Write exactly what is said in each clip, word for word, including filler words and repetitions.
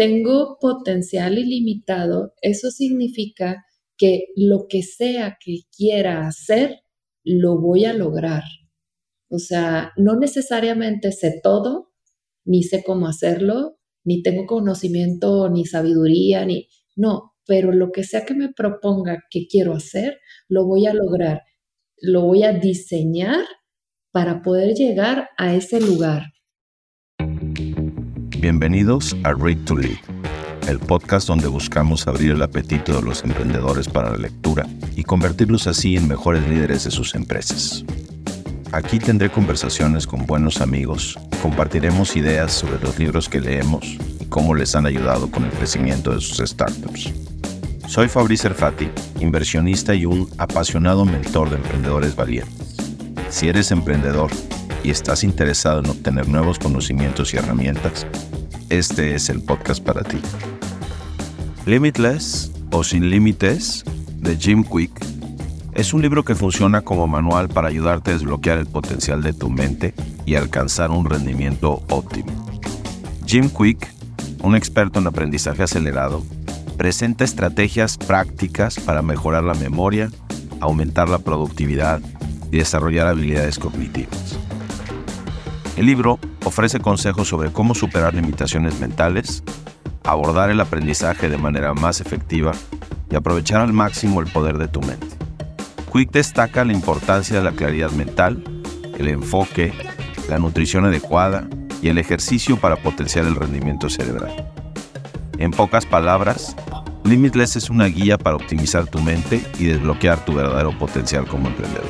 tengo potencial ilimitado, eso significa que lo que sea que quiera hacer, lo voy a lograr. O sea, no necesariamente sé todo, ni sé cómo hacerlo, ni tengo conocimiento, ni sabiduría, ni... No, pero lo que sea que me proponga que quiero hacer, lo voy a lograr. Lo voy a diseñar para poder llegar a ese lugar. Bienvenidos a Read to Lead, el podcast donde buscamos abrir el apetito de los emprendedores para la lectura y convertirlos así en mejores líderes de sus empresas. Aquí tendré conversaciones con buenos amigos, compartiremos ideas sobre los libros que leemos y cómo les han ayudado con el crecimiento de sus startups. Soy Fabriz Serfati, inversionista y un apasionado mentor de emprendedores valientes. Si eres emprendedor y estás interesado en obtener nuevos conocimientos y herramientas, este es el podcast para ti. Limitless o Sin Límites, de Jim Kwik, es un libro que funciona como manual para ayudarte a desbloquear el potencial de tu mente y alcanzar un rendimiento óptimo. Jim Kwik, un experto en aprendizaje acelerado, presenta estrategias prácticas para mejorar la memoria, aumentar la productividad y desarrollar habilidades cognitivas. El libro ofrece consejos sobre cómo superar limitaciones mentales, abordar el aprendizaje de manera más efectiva y aprovechar al máximo el poder de tu mente. Kwik destaca la importancia de la claridad mental, el enfoque, la nutrición adecuada y el ejercicio para potenciar el rendimiento cerebral. En pocas palabras, Limitless es una guía para optimizar tu mente y desbloquear tu verdadero potencial como emprendedor.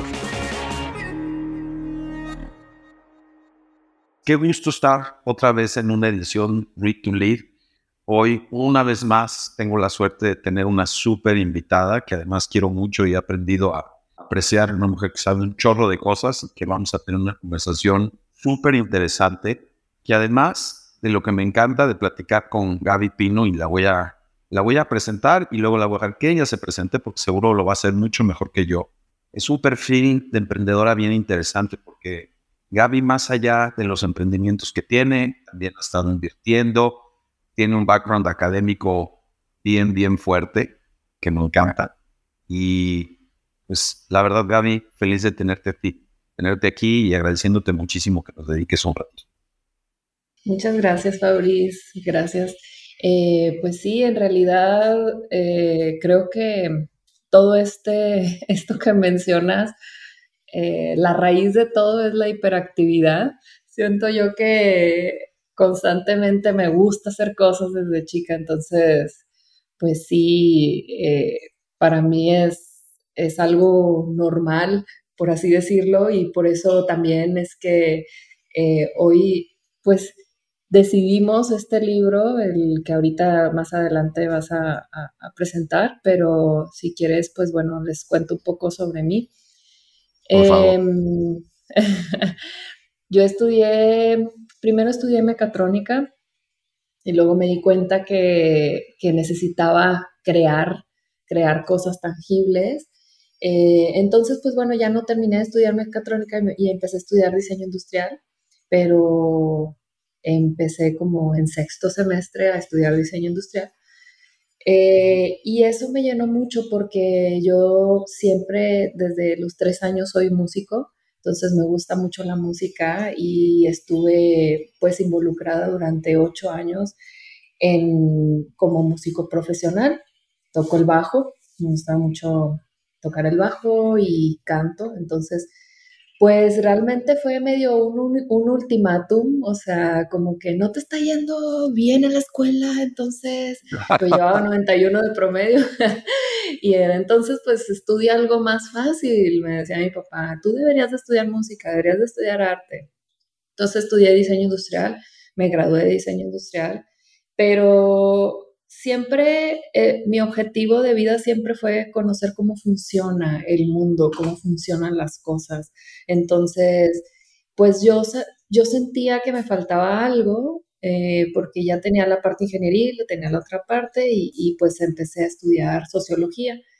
Qué gusto estar otra vez en una edición Read to Lead. Hoy, una vez más, tengo la suerte de tener una súper invitada que además quiero mucho y he aprendido a apreciar, una mujer que sabe un chorro de cosas y que vamos a tener una conversación súper interesante, que además de lo que me encanta de platicar con Gaby Pino, y la voy a, la voy a presentar y luego la voy a dejar que ella se presente porque seguro lo va a hacer mucho mejor que yo. Es un perfil de emprendedora bien interesante porque Gaby, más allá de los emprendimientos que tiene, también ha estado invirtiendo, tiene un background académico bien, bien fuerte, que me encanta. Y pues la verdad, Gaby, feliz de tenerte aquí, tenerte aquí y agradeciéndote muchísimo que nos dediques un rato. Muchas gracias, Fabriz. Gracias. Eh, pues sí, en realidad eh, creo que todo este, esto que mencionas, Eh, la raíz de todo es la hiperactividad. Siento yo que constantemente me gusta hacer cosas desde chica, entonces, pues sí, eh, para mí es, es algo normal, por así decirlo, y por eso también es que eh, hoy, pues, decidimos este libro, el que ahorita más adelante vas a, a, a presentar, pero si quieres, pues bueno, les cuento un poco sobre mí. Por favor. Eh, yo estudié, primero estudié mecatrónica y luego me di cuenta que, que necesitaba crear, crear cosas tangibles. Eh, entonces, pues bueno, ya no terminé de estudiar mecatrónica y, me, y empecé a estudiar diseño industrial, pero empecé como en sexto semestre a estudiar diseño industrial. Eh, y eso me llenó mucho porque yo siempre desde los tres años soy músico, entonces me gusta mucho la música y estuve pues involucrada durante ocho años en, como músico profesional. Toco el bajo, me gusta mucho tocar el bajo y canto, entonces pues realmente fue medio un, un, un ultimátum, o sea, como que no te está yendo bien en la escuela, entonces pues llevaba noventa y uno de promedio y era entonces pues estudia algo más fácil, me decía mi papá, tú deberías de estudiar música, deberías de estudiar arte. Entonces estudié diseño industrial, me gradué de diseño industrial, pero siempre eh, mi objetivo de vida siempre fue conocer cómo funciona el mundo, cómo funcionan las cosas. Entonces, pues yo, yo sentía que me faltaba algo eh, porque ya tenía la parte ingenieril, tenía la otra parte y, y pues empecé a estudiar sociología.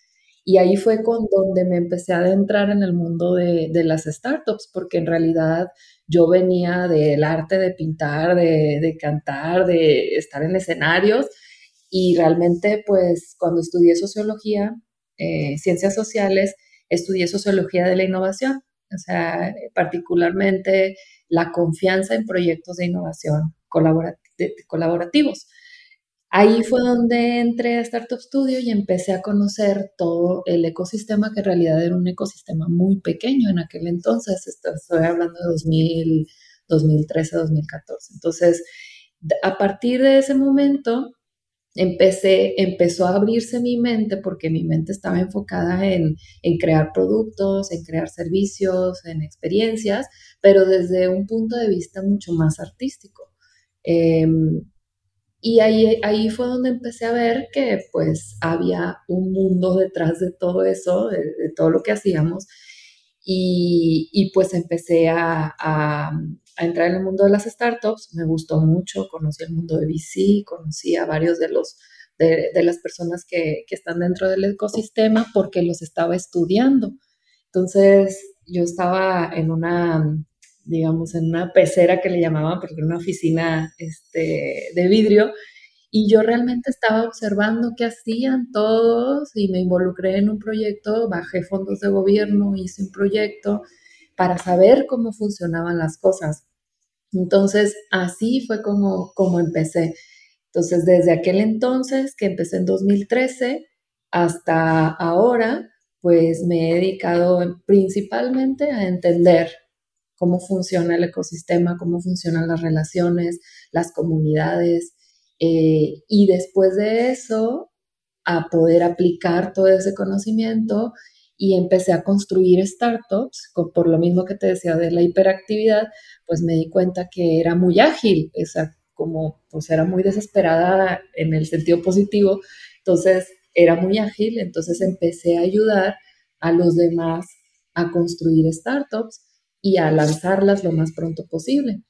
Y ahí fue con donde me empecé a adentrar en el mundo de, de las startups, porque en realidad yo venía del arte de pintar, de, de cantar, de estar en escenarios, y realmente pues cuando estudié sociología, eh, ciencias sociales, estudié sociología de la innovación, o sea, particularmente la confianza en proyectos de innovación colaborat- de- colaborativos. Ahí fue donde entré a Startup Studio y empecé a conocer todo el ecosistema, que en realidad era un ecosistema muy pequeño en aquel entonces. Esto- Estoy hablando de dos mil, dos mil trece, dos mil catorce. Entonces, d- a partir de ese momento, empecé, empezó a abrirse mi mente porque mi mente estaba enfocada en, en crear productos, en crear servicios, en experiencias, pero desde un punto de vista mucho más artístico. Em, y ahí, ahí fue donde empecé a ver que pues había un mundo detrás de todo eso, de, de todo lo que hacíamos. Y, y pues empecé a, a, a, entrar en el mundo de las startups. Me gustó mucho, conocí el mundo de V C, conocí a varios de, los, de, de las personas que, que están dentro del ecosistema porque los estaba estudiando. Entonces yo estaba en una, digamos, en una pecera que le llamaban, porque era una oficina este, de vidrio, y yo realmente estaba observando qué hacían todos y me involucré en un proyecto, bajé fondos de gobierno, hice un proyecto para saber cómo funcionaban las cosas. Entonces, así fue como, como empecé. Entonces, desde aquel entonces, que empecé en dos mil trece, hasta ahora, pues me he dedicado principalmente a entender cómo funciona el ecosistema, cómo funcionan las relaciones, las comunidades, eh, y después de eso, a poder aplicar todo ese conocimiento y empecé a construir startups, con, por lo mismo que te decía de la hiperactividad, pues me di cuenta que era muy ágil, o sea, como pues era muy desesperada en el sentido positivo, entonces era muy ágil, entonces empecé a ayudar a los demás a construir startups y a lanzarlas lo más pronto posible.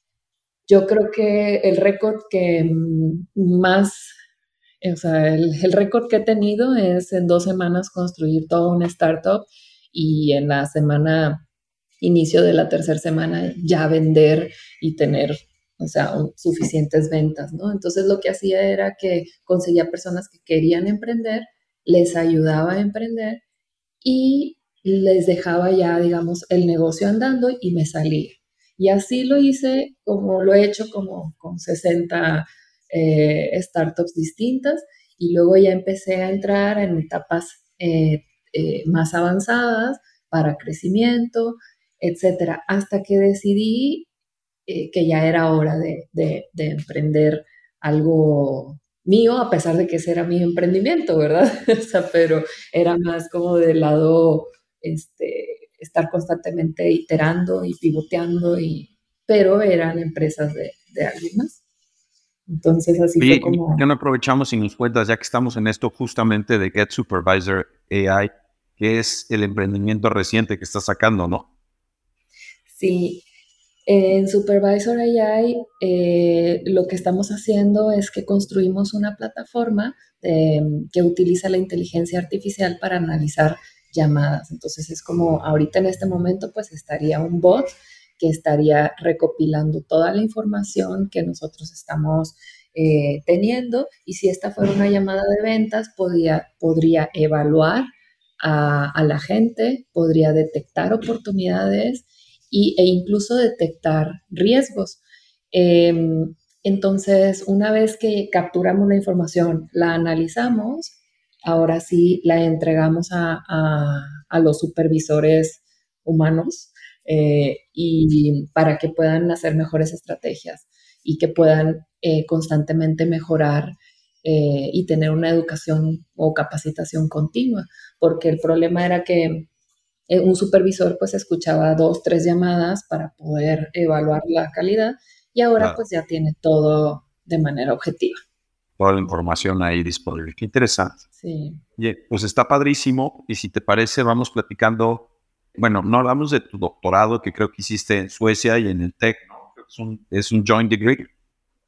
Yo creo que el récord que más, o sea, el, el récord que he tenido es en dos semanas construir toda una startup y en la semana, inicio de la tercera semana, ya vender y tener, o sea, un, suficientes ventas, ¿no? Entonces lo que hacía era que conseguía personas que querían emprender, les ayudaba a emprender y les dejaba ya, digamos, el negocio andando y me salía. Y así lo hice, como lo he hecho como con sesenta eh, startups distintas, y luego ya empecé a entrar en etapas eh, eh, más avanzadas para crecimiento, etcétera, hasta que decidí eh, que ya era hora de, de, de, emprender algo mío, a pesar de que ese era mi emprendimiento, ¿verdad? O sea, pero era más como del lado, este, estar constantemente iterando y pivoteando, y, pero eran empresas de, de alguien más. Entonces así fue Oye, ¿y por como... qué no aprovechamos y nos cuentas, ya que estamos en esto justamente de Get Supervisor A I, que es el emprendimiento reciente que está sacando, ¿no? Sí, en Supervisor A I eh, lo que estamos haciendo es que construimos una plataforma eh, que utiliza la inteligencia artificial para analizar llamadas. Entonces es como ahorita en este momento pues estaría un bot que estaría recopilando toda la información que nosotros estamos eh, teniendo, y si esta fuera una llamada de ventas podría, podría evaluar a, a la gente, podría detectar oportunidades y, e incluso detectar riesgos. Eh, entonces, una vez que capturamos la información, la analizamos, ahora sí la entregamos a, a, a los supervisores humanos, eh, y para que puedan hacer mejores estrategias y que puedan eh, constantemente mejorar eh, y tener una educación o capacitación continua, porque el problema era que eh, un supervisor pues escuchaba dos, tres llamadas para poder evaluar la calidad, y ahora Claro. pues ya tiene todo de manera objetiva. Toda la información ahí disponible. Qué interesante. Sí. Oye, pues está padrísimo. Y si te parece, vamos platicando. Bueno, no hablamos de tu doctorado que creo que hiciste en Suecia y en el TEC, ¿no? Es un, es un joint degree.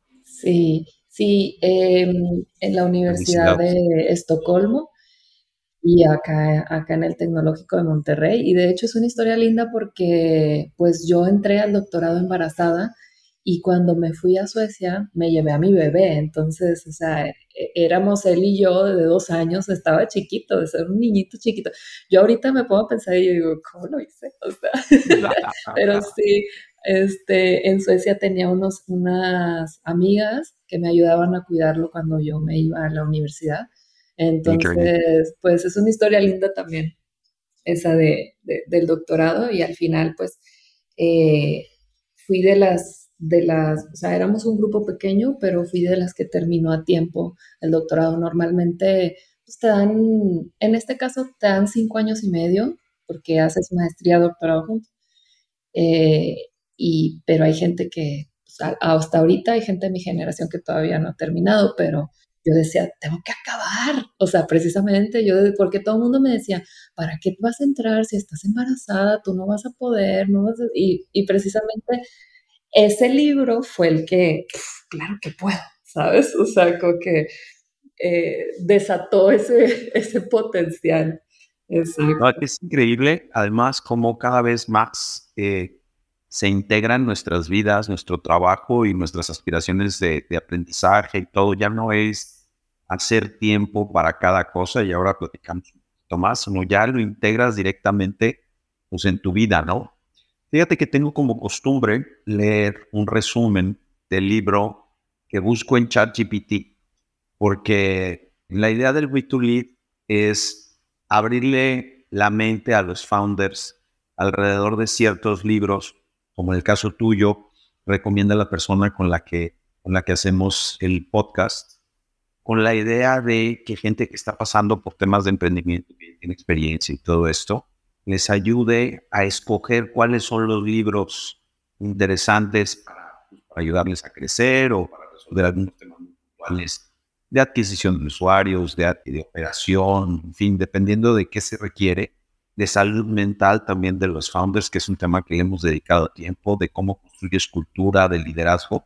Sí, sí, eh, en la Universidad Felicidades. de Estocolmo. y acá, acá en el Tecnológico de Monterrey. Y de hecho es una historia linda porque pues yo entré al doctorado embarazada y cuando me fui a Suecia me llevé a mi bebé. Entonces, o sea, e- éramos él y yo de dos años, estaba chiquito, de ser un niñito chiquito. Yo ahorita me pongo a pensar y digo, ¿cómo lo hice? O sea, pero sí, este, en Suecia tenía unos, unas amigas que me ayudaban a cuidarlo cuando yo me iba a la universidad. Increíble. Entonces, pues es una historia linda también, esa de, de- del doctorado y al final, pues, eh, fui de las, de las, o sea, éramos un grupo pequeño, pero fui de las que terminó a tiempo el doctorado. Normalmente, pues te dan, en este caso, te dan cinco años y medio, porque haces maestría, doctorado juntos. Eh, y, pero hay gente que, pues, a- hasta ahorita hay gente de mi generación que todavía no ha terminado, pero yo decía, tengo que acabar. O sea, precisamente yo, porque todo el mundo me decía, ¿para qué vas a entrar si estás embarazada? Tú no vas a poder, no vas a... Y, y precisamente ese libro fue el que, pf, claro que puedo, ¿sabes? O sea, como que eh, desató ese, ese potencial. No, Exacto. es increíble, además, como cada vez más eh, se integran nuestras vidas, nuestro trabajo y nuestras aspiraciones de, de aprendizaje y todo. Ya no es hacer tiempo para cada cosa y ahora platicamos un poquito más, sino ya lo integras directamente pues, en tu vida, ¿no? Fíjate que tengo como costumbre leer un resumen del libro que busco en ChatGPT, porque la idea del Way to Lead es abrirle la mente a los founders alrededor de ciertos libros, como en el caso tuyo, recomienda a la persona con la que, con la que hacemos el podcast, con la idea de que gente que está pasando por temas de emprendimiento, que tiene experiencia y todo esto, les ayude a escoger cuáles son los libros interesantes para, para ayudarles a crecer o para resolver algunos temas muy puntuales de adquisición de usuarios, de, de operación, en fin, dependiendo de qué se requiere, de salud mental también de los founders, que es un tema que le hemos dedicado tiempo, de cómo construyes cultura, de liderazgo.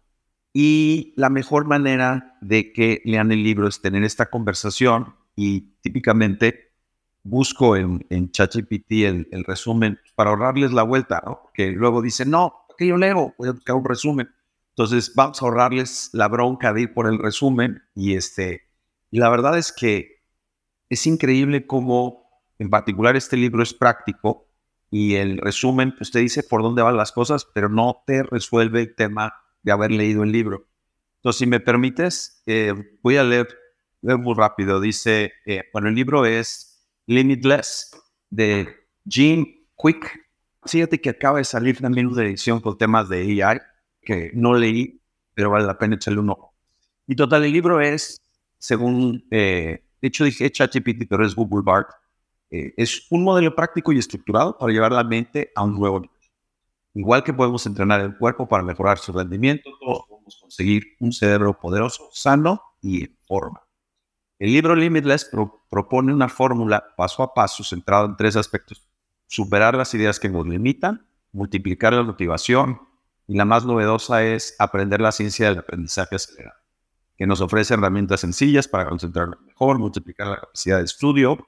Y la mejor manera de que lean el libro es tener esta conversación y típicamente busco en, en ChatGPT el, el resumen para ahorrarles la vuelta, ¿no? Porque luego dicen, no, ¿qué yo leo? Voy a buscar un resumen. Entonces vamos a ahorrarles la bronca de ir por el resumen y este, y la verdad es que es increíble cómo en particular este libro es práctico y el resumen pues te dice por dónde van las cosas, pero no te resuelve el tema de haber leído el libro. Entonces, si me permites, eh, voy a leer, leer muy rápido. Dice, eh, bueno, el libro es Limitless de Jim Quick. Fíjate que acaba de salir también una edición con temas de A I que no leí, pero vale la pena echarle un ojo. Y total, el libro es, según, eh, de hecho dije ChatGPT, pero es Google Bard, eh, es un modelo práctico y estructurado para llevar la mente a un nuevo nivel. Igual que podemos entrenar el cuerpo para mejorar su rendimiento, todos podemos conseguir un cerebro poderoso, sano y en forma. El libro Limitless pro- propone una fórmula paso a paso centrada en tres aspectos: superar las ideas que nos limitan, multiplicar la motivación y la más novedosa es aprender la ciencia del aprendizaje acelerado, que nos ofrece herramientas sencillas para concentrarnos mejor, multiplicar la capacidad de estudio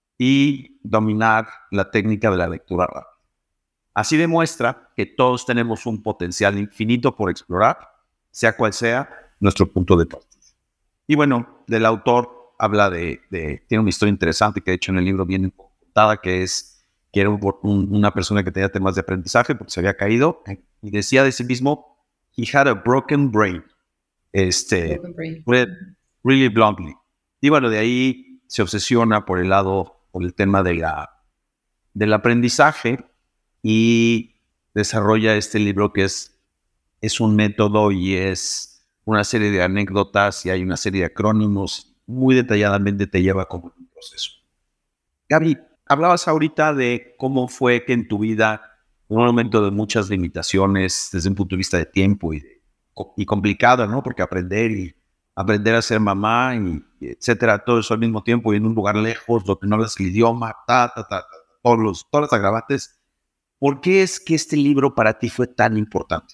y dominar la técnica de la lectura rápida. Así demuestra que todos tenemos un potencial infinito por explorar, sea cual sea nuestro punto de partida. Y bueno, del autor habla de, de tiene una historia interesante que de hecho en el libro viene contada, que es que era un, un, una persona que tenía temas de aprendizaje porque se había caído y decía de sí mismo, he had a broken brain, este, Broken Brain. really bluntly. Y bueno, de ahí se obsesiona por el lado, por el tema de la, del aprendizaje y desarrolla este libro que es, es un método y es una serie de anécdotas y hay una serie de acrónimos. Muy detalladamente te lleva como un proceso. Gaby, hablabas ahorita de cómo fue que en tu vida, en un momento de muchas limitaciones desde un punto de vista de tiempo y, de, y complicado, ¿no? Porque aprender y aprender a ser mamá y, y etcétera, todo eso al mismo tiempo y en un lugar lejos donde no hablas el idioma, ta, ta, ta, ta, todos los, todas las agravantes. ¿Por qué es que este libro para ti fue tan importante?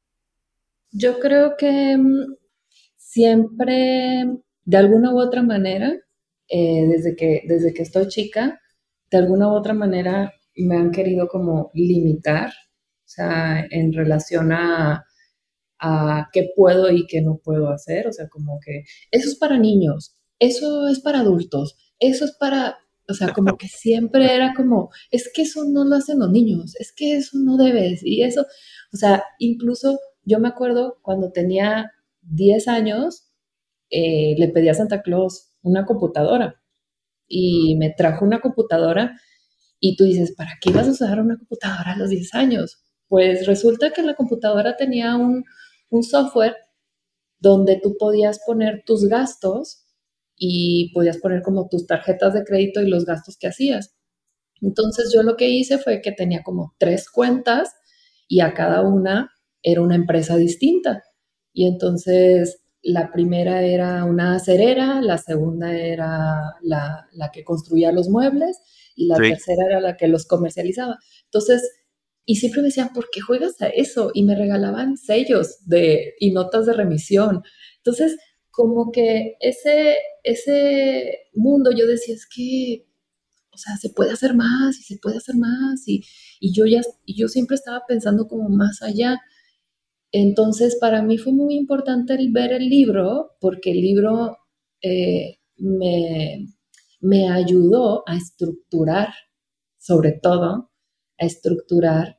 Yo creo que mm, siempre, de alguna u otra manera, eh, desde que, desde que estoy chica, de alguna u otra manera me han querido como limitar, o sea, en relación a, a qué puedo y qué no puedo hacer, o sea, como que eso es para niños, eso es para adultos, eso es para, o sea, como que siempre era como, es que eso no lo hacen los niños, es que eso no debes, y eso, o sea, incluso yo me acuerdo cuando tenía diez años, eh, le pedí a Santa Claus una computadora y me trajo una computadora y tú dices, ¿para qué ibas a usar una computadora a los diez años? Pues resulta que la computadora tenía un, un software donde tú podías poner tus gastos y podías poner como tus tarjetas de crédito y los gastos que hacías. Entonces yo lo que hice fue que tenía como tres cuentas y a cada una era una empresa distinta. Y entonces la primera era una acerera, la segunda era la, la que construía los muebles y la Sí. tercera era la que los comercializaba. Entonces, y siempre me decían, ¿por qué juegas a eso? Y me regalaban sellos de, y notas de remisión. Entonces, como que ese, ese mundo yo decía, es que o sea, se puede hacer más y se puede hacer más y, y yo ya, y yo siempre estaba pensando como más allá. Entonces, para mí fue muy importante el ver el libro porque el libro eh, me, me ayudó a estructurar, sobre todo, a estructurar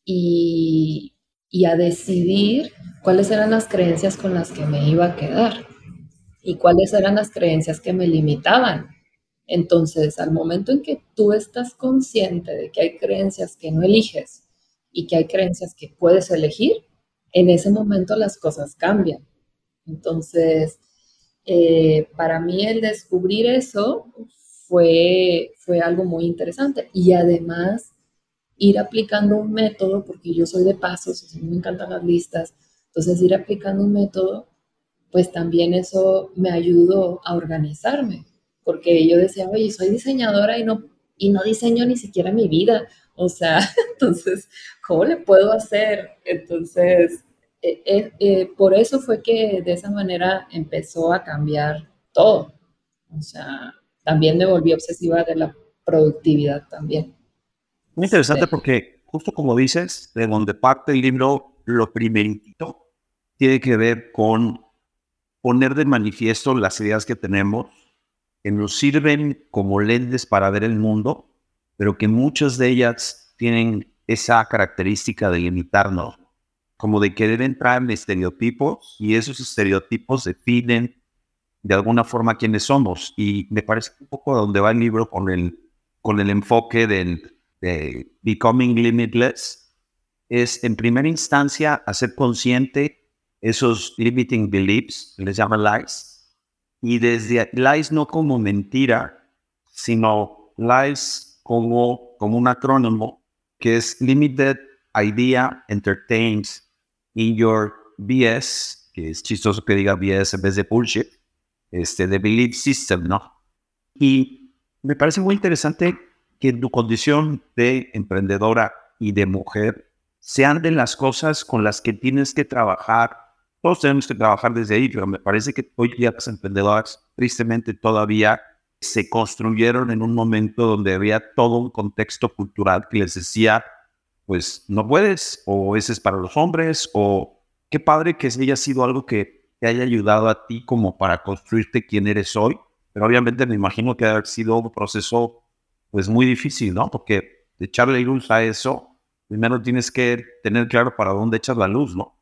y, y a decidir cuáles eran las creencias con las que me iba a quedar y cuáles eran las creencias que me limitaban. Entonces, al momento en que tú estás consciente de que hay creencias que no eliges y que hay creencias que puedes elegir, en ese momento las cosas cambian. Entonces, eh, para mí el descubrir eso fue, fue algo muy interesante. Y además, ir aplicando un método, porque yo soy de pasos, o sea, me encantan las listas, entonces ir aplicando un método pues también eso me ayudó a organizarme, porque yo decía, oye, soy diseñadora y no, y no diseño ni siquiera mi vida, o sea, entonces, ¿cómo le puedo hacer? Entonces, eh, eh, eh, por eso fue que de esa manera empezó a cambiar todo, o sea, también me volví obsesiva de la productividad también. Muy interesante Sí. porque justo como dices, de donde parte el libro, lo primerito tiene que ver con poner de manifiesto las ideas que tenemos, que nos sirven como lentes para ver el mundo, pero que muchas de ellas tienen esa característica de limitarnos, como de querer entrar en estereotipos y esos estereotipos definen de alguna forma quiénes somos. Y me parece un poco a donde va el libro con el, con el enfoque del, de Becoming Limitless, es en primera instancia hacer consciente esos limiting beliefs, les llaman lies, y desde lies no como mentira, sino lies como, como un acrónimo que es Limited Idea Entertains in Your B S, que es chistoso que diga B S en vez de bullshit, este, de Belief System, ¿no? Y me parece muy interesante que en tu condición de emprendedora y de mujer sean de las cosas con las que tienes que trabajar. Todos tenemos que trabajar desde ahí, pero me parece que hoy día las emprendedoras tristemente todavía se construyeron en un momento donde había todo un contexto cultural que les decía, pues no puedes, o ese es para los hombres, o qué padre que haya sido algo que te haya ayudado a ti como para construirte quién eres hoy. Pero obviamente me imagino que ha haber sido un proceso pues muy difícil, ¿no? Porque de echarle luz a eso, primero tienes que tener claro para dónde echas la luz, ¿no?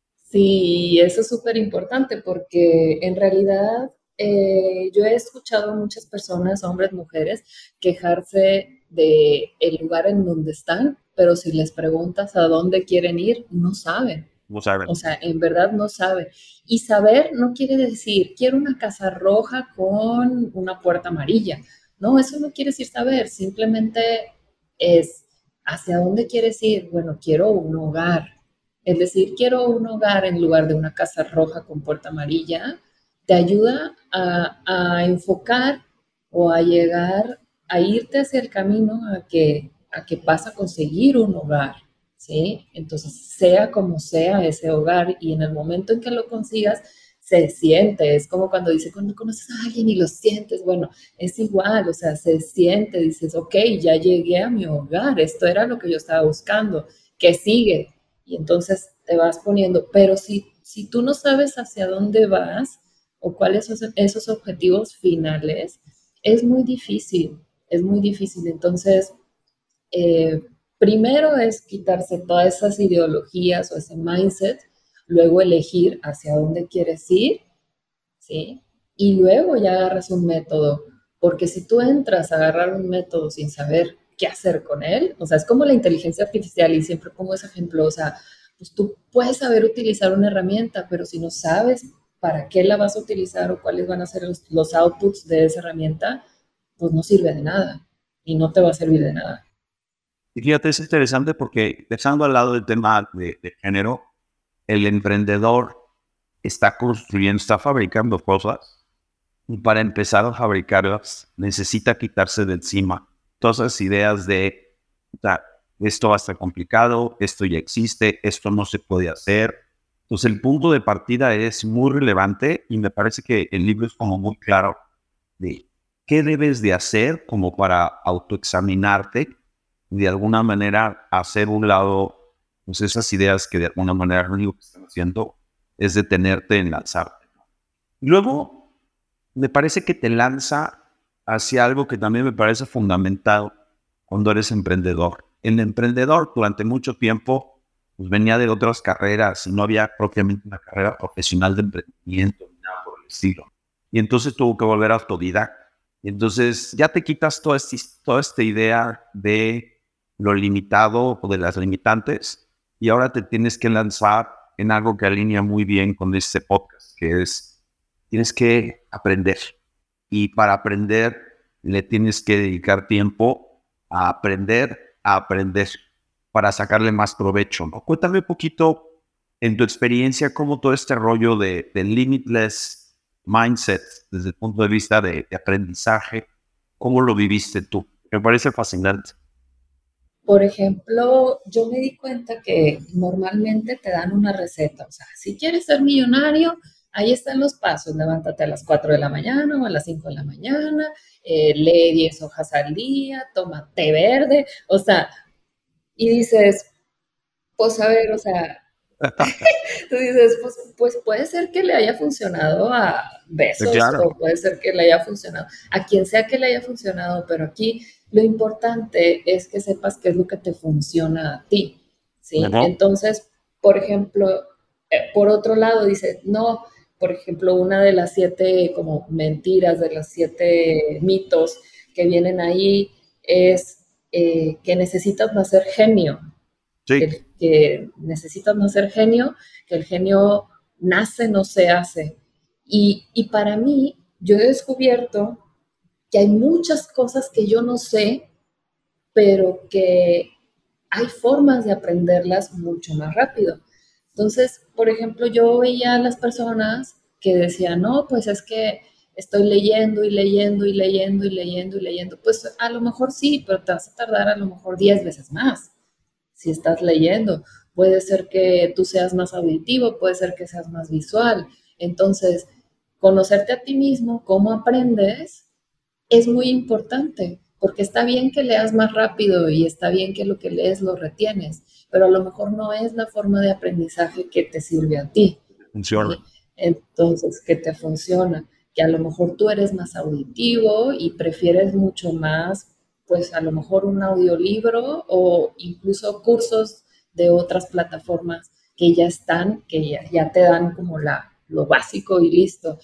Sí, eso es súper importante porque en realidad eh, yo he escuchado a muchas personas, hombres, mujeres, quejarse de el lugar en donde están, pero si les preguntas a dónde quieren ir, no saben. No saben. O sea, en verdad no saben. Y saber no quiere decir, quiero una casa roja con una puerta amarilla. No, eso no quiere decir saber, simplemente es hacia dónde quieres ir. Bueno, quiero un hogar. Es decir, quiero un hogar en lugar de una casa roja con puerta amarilla. Te ayuda a, a enfocar o a llegar, a irte hacia el camino a que, a que vas a conseguir un hogar. ¿Sí? Entonces, sea como sea ese hogar y en el momento en que lo consigas, se siente, es como cuando dice, cuando conoces a alguien y lo sientes, bueno, es igual, o sea, se siente, dices, ok, ya llegué a mi hogar, esto era lo que yo estaba buscando, ¿qué sigue? Y entonces te vas poniendo, pero si, si tú no sabes hacia dónde vas o cuáles son esos objetivos finales, es muy difícil, es muy difícil. Entonces, eh, primero es quitarse todas esas ideologías o ese mindset, luego elegir hacia dónde quieres ir, ¿sí? Y luego ya agarras un método, porque si tú entras a agarrar un método sin saber qué hacer con él, o sea, es como la inteligencia artificial y siempre pongo ese ejemplo, o sea, pues tú puedes saber utilizar una herramienta, pero si no sabes para qué la vas a utilizar o cuáles van a ser los, los outputs de esa herramienta, pues no sirve de nada y no te va a servir de nada. Y fíjate, es interesante porque dejando al lado el tema de, de género, el emprendedor está construyendo, está fabricando cosas y para empezar a fabricarlas necesita quitarse de encima todas esas ideas de, o sea, esto va a estar complicado, esto ya existe, esto no se puede hacer. Entonces el punto de partida es muy relevante y me parece que el libro es como muy claro de qué debes de hacer como para autoexaminarte y de alguna manera hacer un lado pues esas ideas que de alguna manera lo único que están haciendo es detenerte en lanzarte. Luego, me parece que te lanza hacia algo que también me parece fundamental cuando eres emprendedor. El emprendedor durante mucho tiempo pues, venía de otras carreras y no había propiamente una carrera profesional de emprendimiento ni nada por el estilo. Y entonces tuvo que volver autodidacta. Y entonces ya te quitas toda, este, toda esta idea de lo limitado o de las limitantes y ahora te tienes que lanzar en algo que alinea muy bien con este podcast, que es, tienes que aprender. Y para aprender, le tienes que dedicar tiempo a aprender, a aprender, para sacarle más provecho, ¿no? Cuéntame un poquito, en tu experiencia, cómo todo este rollo de, de limitless mindset, desde el punto de vista de, de aprendizaje, ¿cómo lo viviste tú? Me parece fascinante. Por ejemplo, yo me di cuenta que normalmente te dan una receta, o sea, si quieres ser millonario, ahí están los pasos, levántate a las cuatro de la mañana o a las cinco de la mañana, eh, lee diez hojas al día, toma té verde, o sea, y dices, pues a ver, o sea, tú dices, pues, pues puede ser que le haya funcionado a Besos Claro. o puede ser que le haya funcionado a quien sea que le haya funcionado, pero aquí lo importante es que sepas qué es lo que te funciona a ti, ¿sí? Uh-huh. Entonces, por ejemplo, eh, por otro lado, dice, no, por ejemplo, una de las siete como mentiras, de las siete mitos que vienen ahí es eh, que necesitas nacer genio, Sí. que, que necesitas no ser genio, que el genio nace, no se hace. Y, y para mí, yo he descubierto que hay muchas cosas que yo no sé, pero que hay formas de aprenderlas mucho más rápido. Entonces, por ejemplo, yo veía a las personas que decían, no, pues es que estoy leyendo y leyendo y leyendo y leyendo y leyendo. Pues a lo mejor sí, pero te vas a tardar a lo mejor diez veces más si estás leyendo. Puede ser que tú seas más auditivo, puede ser que seas más visual. Entonces, conocerte a ti mismo, cómo aprendes, es muy importante, porque está bien que leas más rápido y está bien que lo que lees lo retienes, pero a lo mejor no es la forma de aprendizaje que te sirve a ti, Funciona. ¿sí? Entonces, que te funciona, que a lo mejor tú eres más auditivo y prefieres mucho más pues a lo mejor un audiolibro o incluso cursos de otras plataformas que ya están, que ya, ya te dan como la, lo básico y listo.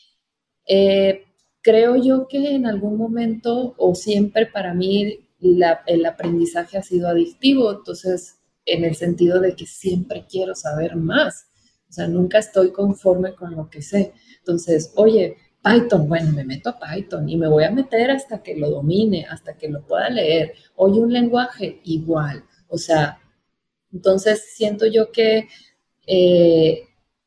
Eh, Creo yo que en algún momento o siempre para mí la, el aprendizaje ha sido adictivo, entonces en el sentido de que siempre quiero saber más, o sea, nunca estoy conforme con lo que sé. Entonces, oye, Python, bueno, me meto a Python y me voy a meter hasta que lo domine, hasta que lo pueda leer. Oye, un lenguaje igual. O sea, entonces siento yo que eh,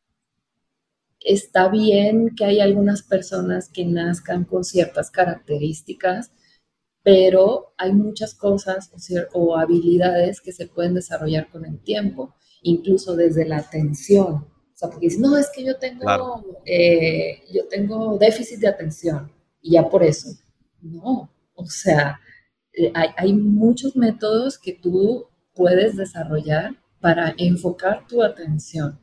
está bien que hay algunas personas que nazcan con ciertas características, pero hay muchas cosas o, cier- o habilidades que se pueden desarrollar con el tiempo, incluso desde la atención. O sea, porque dicen, no, es que yo tengo, Claro. eh, yo tengo déficit de atención y ya por eso. No, o sea, eh, hay, hay muchos métodos que tú puedes desarrollar para enfocar tu atención.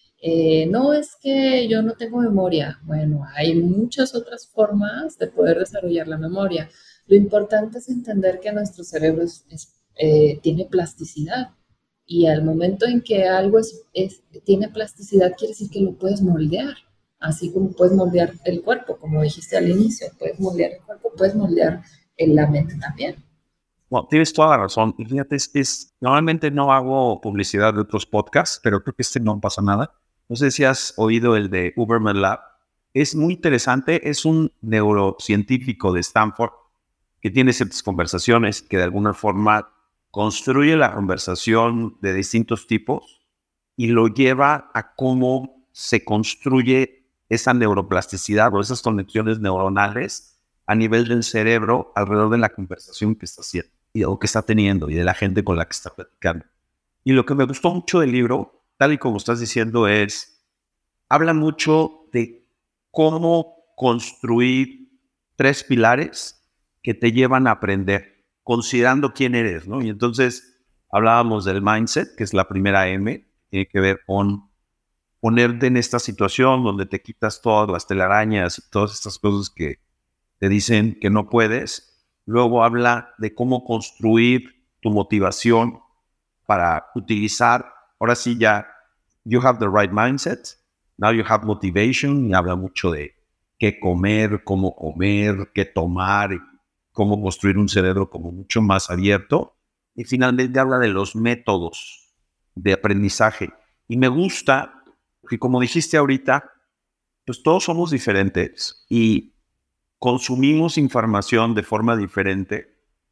Eh, no es que yo no tengo memoria. Bueno, hay muchas otras formas de poder desarrollar la memoria. Lo importante es entender que nuestro cerebro es, es, eh, tiene plasticidad y al momento en que algo es, es, tiene plasticidad quiere decir que lo puedes moldear, así como puedes moldear el cuerpo, como dijiste al inicio, puedes moldear el cuerpo, puedes moldear en la mente también. Bueno, tienes toda la razón. Y fíjate, es, es, normalmente no hago publicidad de otros podcasts, pero creo que este no pasa nada. No sé si has oído el de Uberman Lab. Es muy interesante. Es un neurocientífico de Stanford que tiene ciertas conversaciones que de alguna forma construye la conversación de distintos tipos y lo lleva a cómo se construye esa neuroplasticidad o esas conexiones neuronales a nivel del cerebro alrededor de la conversación que está haciendo y, o que está teniendo y de la gente con la que está platicando. Y lo que me gustó mucho del libro, tal y como estás diciendo, es, habla mucho de cómo construir tres pilares que te llevan a aprender, considerando quién eres, ¿no? Y entonces hablábamos del mindset, que es la primera M, tiene que ver con ponerte en esta situación donde te quitas todas las telarañas y todas estas cosas que te dicen que no puedes. Luego habla de cómo construir tu motivación para utilizar, ahora sí ya, you have the right mindset, now you have motivation, y habla mucho de qué comer, cómo comer, qué tomar, y cómo construir un cerebro como mucho más abierto. Y finalmente habla de los métodos de aprendizaje. Y me gusta que, como dijiste ahorita, pues todos somos diferentes y consumimos información de forma diferente.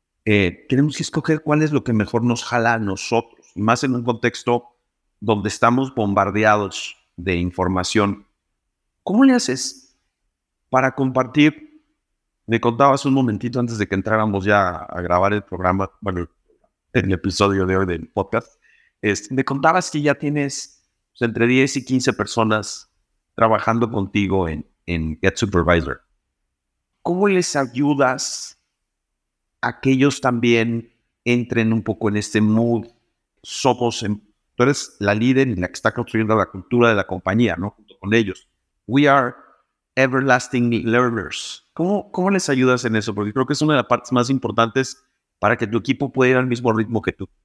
Eh, tenemos que escoger cuál es lo que mejor nos jala a nosotros, y más en un contexto donde estamos bombardeados de información. ¿Cómo le haces para compartir? Me contabas un momentito antes de que entráramos ya a grabar el programa, bueno, el episodio de hoy del podcast, este, me contabas que ya tienes pues, entre diez y quince personas trabajando contigo en, en Get Supervisor. ¿Cómo les ayudas a que ellos también entren un poco en este mood? Somos, en, tú eres la líder y la que está construyendo la cultura de la compañía, ¿no? Junto con ellos. We are everlasting learners. ¿Cómo, cómo les ayudas en eso? Porque creo que es una de las partes más importantes para que tu equipo pueda ir al mismo ritmo que tú.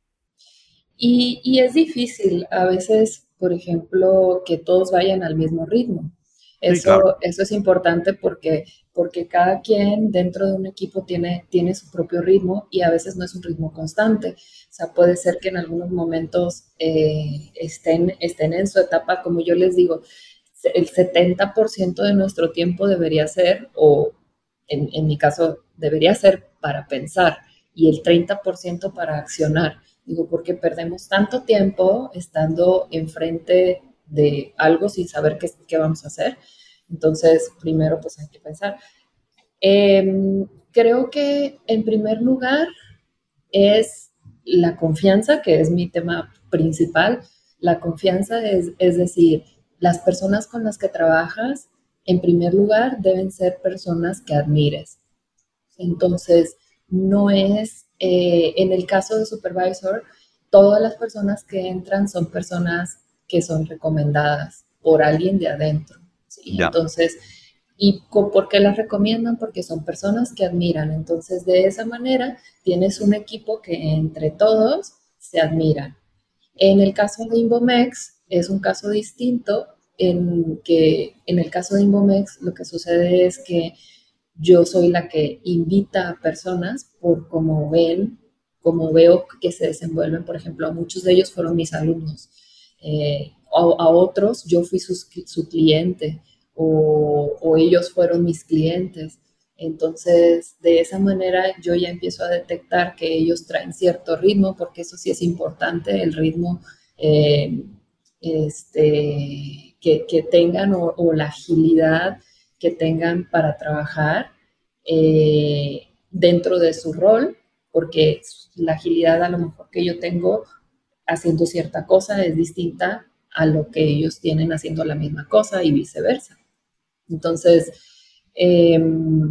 Y, y es difícil a veces, por ejemplo, que todos vayan al mismo ritmo. Eso, sí, claro. Eso es importante porque, porque cada quien dentro de un equipo tiene, tiene su propio ritmo y a veces no es un ritmo constante. O sea, puede ser que en algunos momentos eh, estén, estén en su etapa, como yo les digo, el setenta por ciento de nuestro tiempo debería ser, o en, en mi caso, debería ser para pensar y el treinta por ciento para accionar. Digo, porque perdemos tanto tiempo estando enfrente de algo sin saber qué, qué vamos a hacer. Entonces, primero, pues hay que pensar. Eh, creo que, en primer lugar, es la confianza, que es mi tema principal. La confianza es, es decir, las personas con las que trabajas, en primer lugar, deben ser personas que admires. Entonces, no es, eh, en el caso de supervisor, todas las personas que entran son personas que son recomendadas por alguien de adentro, ¿sí? Yeah. Entonces, ¿y por qué las recomiendan? Porque son personas que admiran. Entonces, de esa manera, tienes un equipo que entre todos se admiran. En el caso de Inbomex, es un caso distinto, en que en el caso de Inbomex, lo que sucede es que yo soy la que invita a personas por cómo ven, cómo veo que se desenvuelven. Por ejemplo, muchos de ellos fueron mis alumnos. Eh, a, a otros yo fui su, su cliente o, o ellos fueron mis clientes. Entonces, de esa manera yo ya empiezo a detectar que ellos traen cierto ritmo, porque eso sí es importante, el ritmo eh, este, que, que tengan o, o la agilidad que tengan para trabajar eh, dentro de su rol, porque la agilidad a lo mejor que yo tengo haciendo cierta cosa es distinta a lo que ellos tienen haciendo la misma cosa y viceversa. Entonces, eh,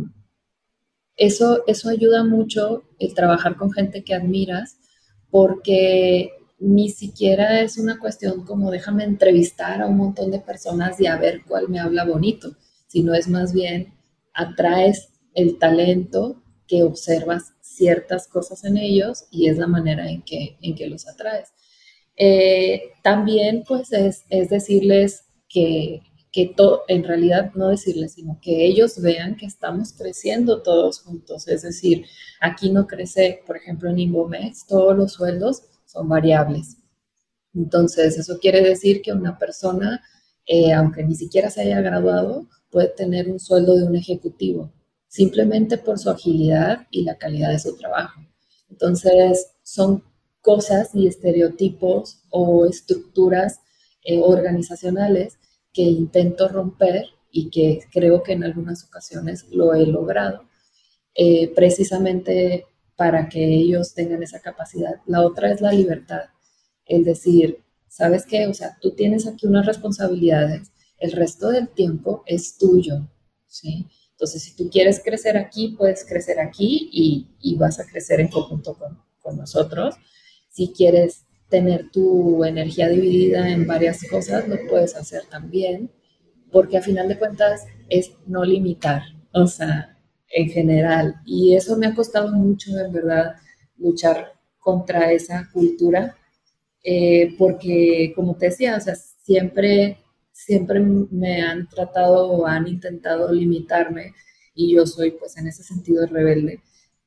eso, eso ayuda mucho el trabajar con gente que admiras, porque ni siquiera es una cuestión como déjame entrevistar a un montón de personas y a ver cuál me habla bonito, sino es más bien atraes el talento que observas ciertas cosas en ellos y es la manera en que, en que los atraes. Eh, también pues es, es decirles que, que to, en realidad no decirles, sino que ellos vean que estamos creciendo todos juntos. Es decir, aquí no crece, por ejemplo, en Inbomex, todos los sueldos son variables. Entonces, eso quiere decir que una persona, eh, aunque ni siquiera se haya graduado, puede tener un sueldo de un ejecutivo, simplemente por su agilidad y la calidad de su trabajo. Entonces, son cosas y estereotipos o estructuras eh, organizacionales que intento romper y que creo que en algunas ocasiones lo he logrado, eh, precisamente para que ellos tengan esa capacidad. La otra es la libertad, el decir, ¿sabes qué? O sea, tú tienes aquí unas responsabilidades, el resto del tiempo es tuyo, ¿sí? Entonces, si tú quieres crecer aquí, puedes crecer aquí y, y vas a crecer en conjunto con, con nosotros. Si quieres tener tu energía dividida en varias cosas, lo puedes hacer también, porque a final de cuentas es no limitar, o sea, en general. Y eso me ha costado mucho, en verdad, luchar contra esa cultura, eh, porque, como te decía, o sea, siempre, siempre me han tratado o han intentado limitarme y yo soy, pues, en ese sentido rebelde.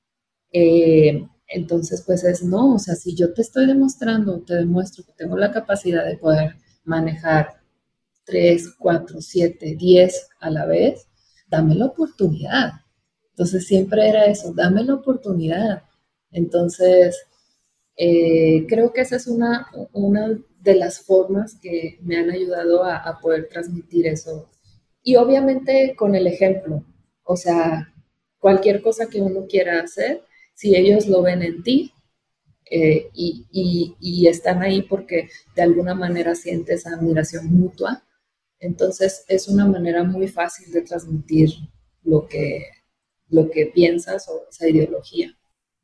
Eh, entonces, pues es no, o sea, si yo te estoy demostrando, te demuestro que tengo la capacidad de poder manejar tres, cuatro, siete, diez a la vez, dame la oportunidad. Entonces siempre era eso, dame la oportunidad. Entonces, eh, creo que esa es una, una de las formas que me han ayudado a, a poder transmitir eso. Y obviamente con el ejemplo, o sea, cualquier cosa que uno quiera hacer, si ellos lo ven en ti, eh, y, y, y están ahí porque de alguna manera sientes admiración mutua, entonces es una manera muy fácil de transmitir lo que, lo que piensas o esa ideología.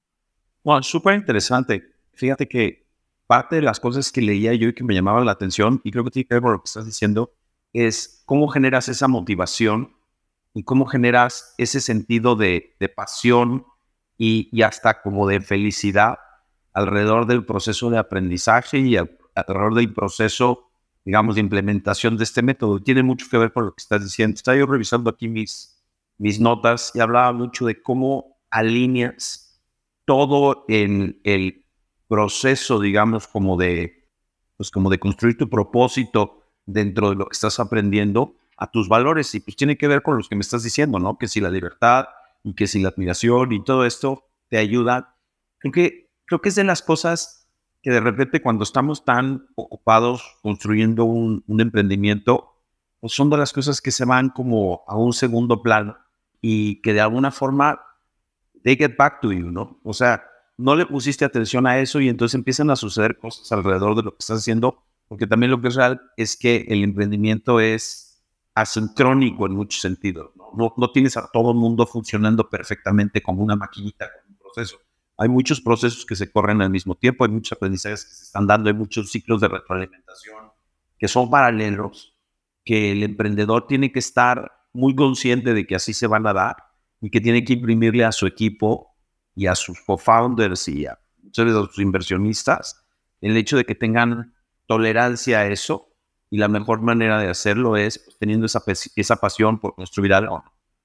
Bueno, súper interesante. Fíjate que parte de las cosas que leía yo y que me llamaban la atención, y creo que tiene que ver con lo que estás diciendo, es cómo generas esa motivación y cómo generas ese sentido de, de pasión y, y hasta como de felicidad alrededor del proceso de aprendizaje y al, alrededor del proceso, digamos, de implementación de este método. Tiene mucho que ver con lo que estás diciendo. Estaba yo revisando aquí mis, mis notas y hablaba mucho de cómo alineas todo en el proceso, digamos, como de, pues como de construir tu propósito dentro de lo que estás aprendiendo a tus valores. Y pues tiene que ver con los que me estás diciendo, ¿no? Que si la libertad y que si la admiración y todo esto te ayuda. Creo que, creo que es de las cosas que de repente cuando estamos tan ocupados construyendo un, un emprendimiento, pues son de las cosas que se van como a un segundo plano y que de alguna forma they get back to you, ¿no? O sea, no le pusiste atención a eso y entonces empiezan a suceder cosas alrededor de lo que estás haciendo, porque también lo que es real es que el emprendimiento es asincrónico en muchos sentidos, ¿no? No, no tienes a todo el mundo funcionando perfectamente como una maquinita, como un proceso. Hay muchos procesos que se corren al mismo tiempo, hay muchos aprendizajes que se están dando, hay muchos ciclos de retroalimentación que son paralelos, que el emprendedor tiene que estar muy consciente de que así se van a dar y que tiene que imprimirle a su equipo y a sus co-founders y a muchos de sus inversionistas el hecho de que tengan tolerancia a eso, y la mejor manera de hacerlo es pues, teniendo esa, esa pasión por construir algo.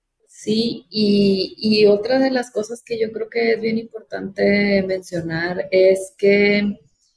Sí, y, y otra de las cosas que yo creo que es bien importante mencionar es que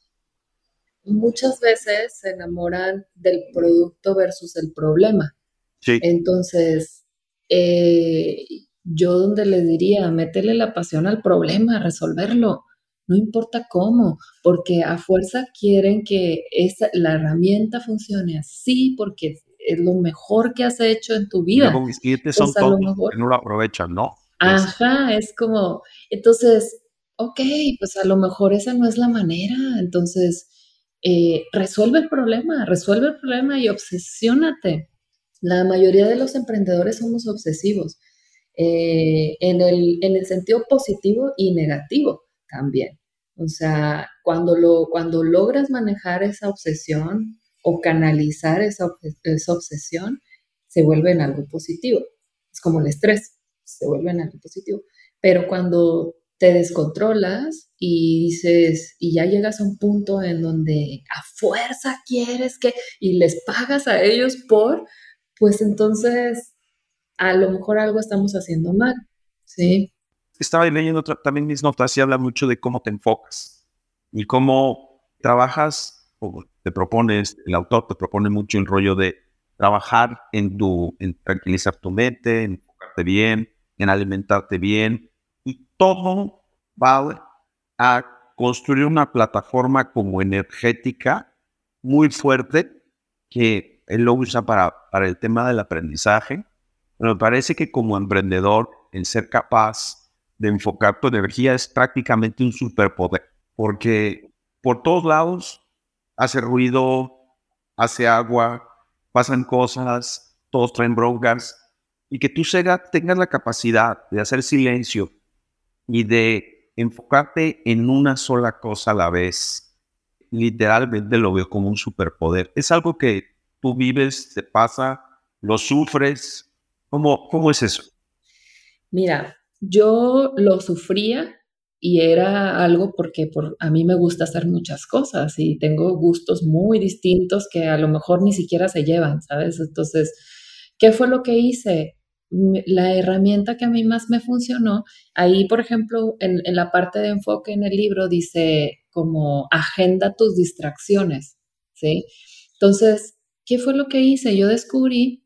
muchas veces se enamoran del producto versus el problema. Sí. Entonces, eh, yo donde les diría, métele la pasión al problema, resolverlo, no importa cómo, porque a fuerza quieren que esa, la herramienta funcione así, porque es lo mejor que has hecho en tu vida. Luego mis clientes son Entonces, tontos que no lo aprovechan, ¿no? Ajá, es como, entonces, ok, pues a lo mejor esa no es la manera, entonces eh, resuelve el problema, resuelve el problema y obsesiónate. La mayoría de los emprendedores somos obsesivos, eh, en el, en el sentido positivo y negativo también. O sea, cuando, lo, cuando logras manejar esa obsesión o canalizar esa, esa obsesión, se vuelve en algo positivo. Es como el estrés, se vuelve en algo positivo. Pero cuando te descontrolas y dices, y ya llegas a un punto en donde a fuerza quieres que, y les pagas a ellos por, pues entonces a lo mejor algo estamos haciendo mal, ¿sí? Estaba leyendo otra, también mis notas y habla mucho de cómo te enfocas y cómo trabajas, o te propones, el autor te propone mucho el rollo de trabajar en tu, en tranquilizar tu mente, en enfocarte bien, en alimentarte bien, y todo va a construir una plataforma como energética muy fuerte que él lo usa para, para el tema del aprendizaje. Pero me parece que como emprendedor, el ser capaz de enfocar tu energía es prácticamente un superpoder, porque por todos lados hace ruido, hace agua, pasan cosas, todos traen broncas, y que tú Sega, tengas la capacidad de hacer silencio y de enfocarte en una sola cosa a la vez. Literalmente lo veo como un superpoder. Es algo que tú vives, te pasa, lo sufres. ¿Cómo, cómo es eso? Mira, yo lo sufría y era algo porque por, a mí me gusta hacer muchas cosas y tengo gustos muy distintos que a lo mejor ni siquiera se llevan, ¿sabes? Entonces, ¿qué fue lo que hice? La herramienta que a mí más me funcionó, ahí, por ejemplo, en, en la parte de enfoque en el libro dice como agenda tus distracciones, ¿sí? Entonces, ¿qué fue lo que hice? Yo descubrí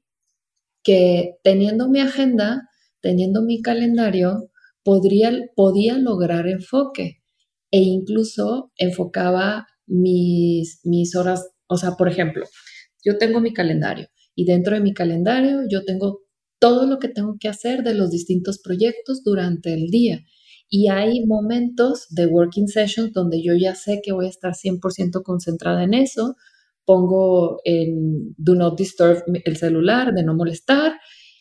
que teniendo mi agenda, teniendo mi calendario, podría, podía lograr enfoque e incluso enfocaba mis, mis horas, o sea, por ejemplo, yo tengo mi calendario y dentro de mi calendario yo tengo todo lo que tengo que hacer de los distintos proyectos durante el día. Y hay momentos de working sessions donde yo ya sé que voy a estar cien por ciento concentrada en eso. Pongo en Do Not Disturb el celular, de no molestar,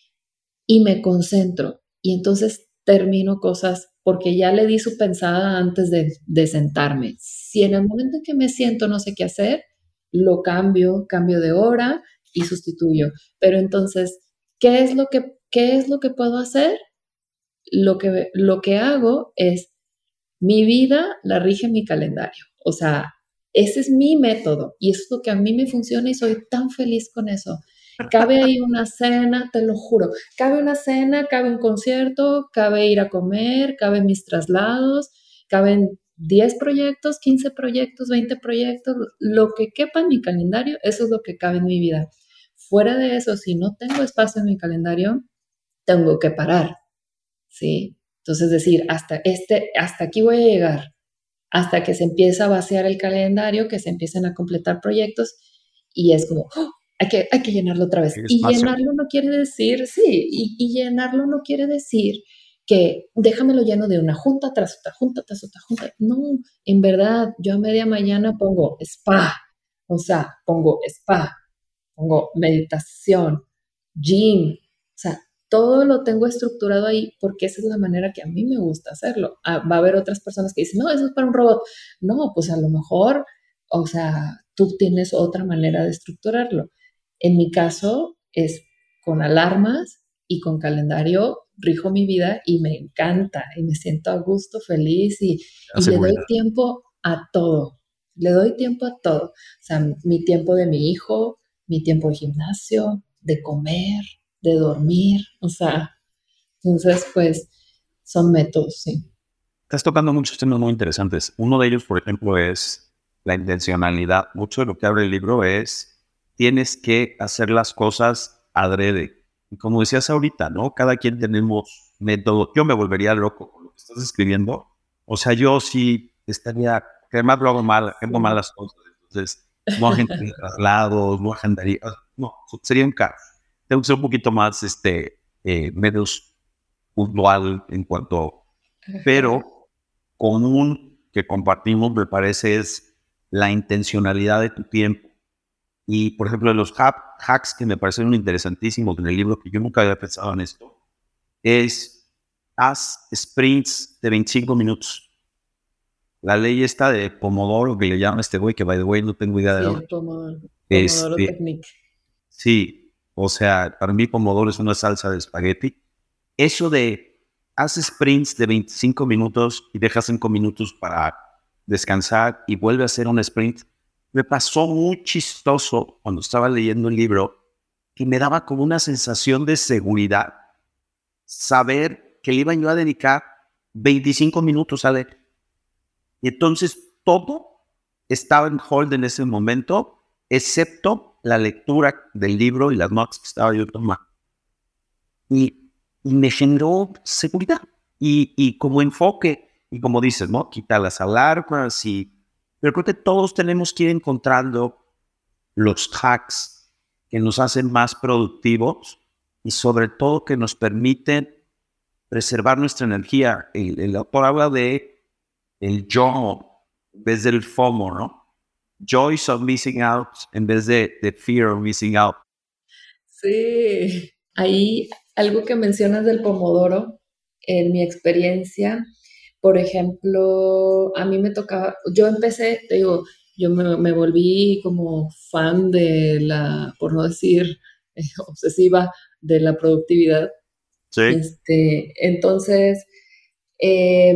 y me concentro. Y entonces termino cosas porque ya le di su pensada antes de, de sentarme. Si en el momento en que me siento no sé qué hacer, lo cambio, cambio de hora y sustituyo. Pero entonces, ¿qué es lo que, qué es lo que puedo hacer? Lo que, lo que hago es, mi vida la rige mi calendario. O sea, ese es mi método y eso es lo que a mí me funciona y soy tan feliz con eso. Cabe ahí una cena, te lo juro. Cabe una cena, cabe un concierto, cabe ir a comer, caben mis traslados, caben diez proyectos, quince proyectos, veinte proyectos, lo que quepa en mi calendario, eso es lo que cabe en mi vida. Fuera de eso, si no tengo espacio en mi calendario, tengo que parar, ¿sí? Entonces decir, hasta, este, hasta aquí voy a llegar, hasta que se empieza a vaciar el calendario, que se empiezan a completar proyectos y es como, ¡oh! hay, que, hay que llenarlo otra vez. Y llenarlo no quiere decir, sí, y, y llenarlo no quiere decir que déjamelo lleno de una junta tras otra junta tras otra junta. No, en verdad, yo a media mañana pongo spa, o sea, pongo spa, pongo meditación, gym, o sea, todo lo tengo estructurado ahí porque esa es la manera que a mí me gusta hacerlo. Ah, va a haber otras personas que dicen, no, eso es para un robot. No, pues a lo mejor, o sea, tú tienes otra manera de estructurarlo. En mi caso es con alarmas y con calendario rijo mi vida y me encanta y me siento a gusto, feliz y, y le doy tiempo a todo. Le doy tiempo a todo. O sea, mi tiempo de mi hijo, mi tiempo de gimnasio, de comer, de dormir, o sea, entonces pues son métodos, sí. Estás tocando muchos temas muy interesantes. Uno de ellos, por ejemplo, es la intencionalidad. Mucho de lo que abre el libro es, tienes que hacer las cosas adrede. Y como decías ahorita, ¿no? Cada quien tenemos método. Yo me volvería loco con lo que estás escribiendo. O sea, yo sí estaría, que además lo hago mal, hago mal las cosas. Entonces, no agendaría traslados, no agendaría, no, sería un caos. Tengo que ser un poquito más, este, eh, menos puntual en cuanto, pero común que compartimos, me parece, es la intencionalidad de tu tiempo. Y, por ejemplo, los hacks que me parecieron interesantísimos en el libro, que yo nunca había pensado en esto, es haz sprints de veinticinco minutos. La ley esta de Pomodoro, que le llama este güey, que by the way no tengo idea de Sí, dónde. el Pomodoro, Pomodoro Este, Technique. Sí, o sea, para mí Pomodoro es una salsa de espagueti. Eso de haz sprints de veinticinco minutos y dejas cinco minutos para descansar y vuelve a hacer un sprint, me pasó muy chistoso cuando estaba leyendo el libro y me daba como una sensación de seguridad saber que le iba yo a dedicar veinticinco minutos a leer. Y entonces todo estaba en hold en ese momento, excepto la lectura del libro y las notas que estaba yo tomando. Y, y me generó seguridad y, y como enfoque, y como dices, ¿no? Quita las alarmas y... Pero creo que todos tenemos que ir encontrando los hacks que nos hacen más productivos y sobre todo que nos permiten preservar nuestra energía. El, el autor habla de el yo en vez del FOMO, ¿no? Joys of missing out en vez de, de fear of missing out. Sí, ahí algo que mencionas del Pomodoro, en mi experiencia, por ejemplo, a mí me tocaba, yo empecé, te digo, yo me, me volví como fan de la, por no decir eh, obsesiva, de la productividad. Sí. Este, entonces, eh,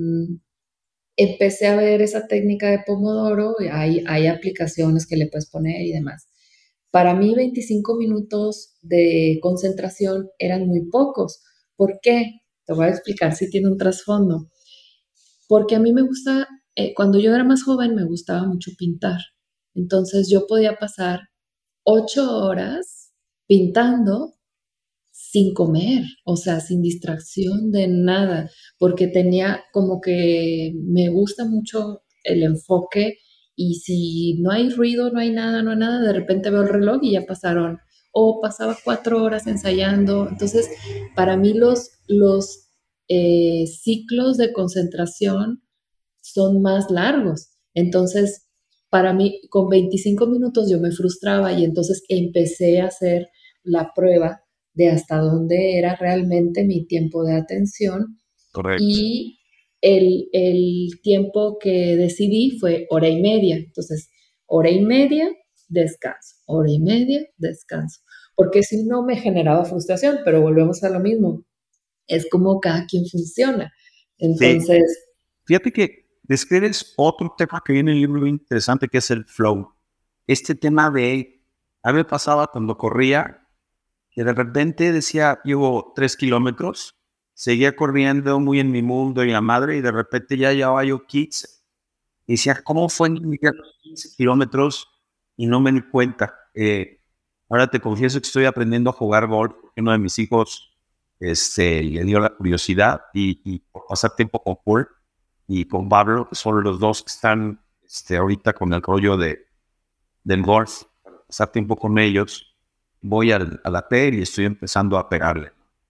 empecé a ver esa técnica de Pomodoro, y hay, hay aplicaciones que le puedes poner y demás. Para mí, veinticinco minutos de concentración eran muy pocos. ¿Por qué? Te voy a explicar si tiene un trasfondo. Porque a mí me gusta, eh, cuando yo era más joven, me gustaba mucho pintar. Entonces yo podía pasar ocho horas pintando sin comer, o sea, sin distracción de nada, porque tenía como que me gusta mucho el enfoque y si no hay ruido, no hay nada, no hay nada, de repente veo el reloj y ya pasaron, o pasaba cuatro horas ensayando. Entonces, para mí los, los eh, ciclos de concentración son más largos. Entonces, para mí, con veinticinco minutos yo me frustraba y entonces empecé a hacer la prueba de hasta dónde era realmente mi tiempo de atención. Correcto. Y el, el tiempo que decidí fue hora y media. Entonces, hora y media, descanso, hora y media, descanso. Porque si no me generaba frustración, pero volvemos a lo mismo. Es como cada quien funciona. Entonces, Sí. Fíjate que describes otro tema que viene en el libro muy interesante, que es el flow. Este tema de, a mí me pasaba cuando corría, que de repente decía, llevo tres kilómetros, seguía corriendo muy en mi mundo y la madre, y de repente ya llevaba yo quince. Y decía, ¿cómo fue en mi quince kilómetros? Y no me di cuenta. Eh, ahora te confieso que estoy aprendiendo a jugar golf, porque uno de mis hijos este, le dio la curiosidad y, y por pasar tiempo con Paul y con Pablo, que son los dos que están este, ahorita con el rollo de, del golf, para pasar tiempo con ellos, voy al, a la tele y estoy empezando a pegarle.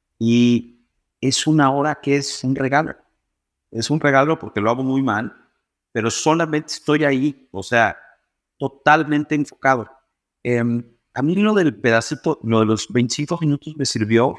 Y es una hora que es un regalo. Es un regalo porque lo hago muy mal, pero solamente estoy ahí, o sea, totalmente enfocado. Eh, a mí lo del pedacito, lo de los veinticinco minutos me sirvió,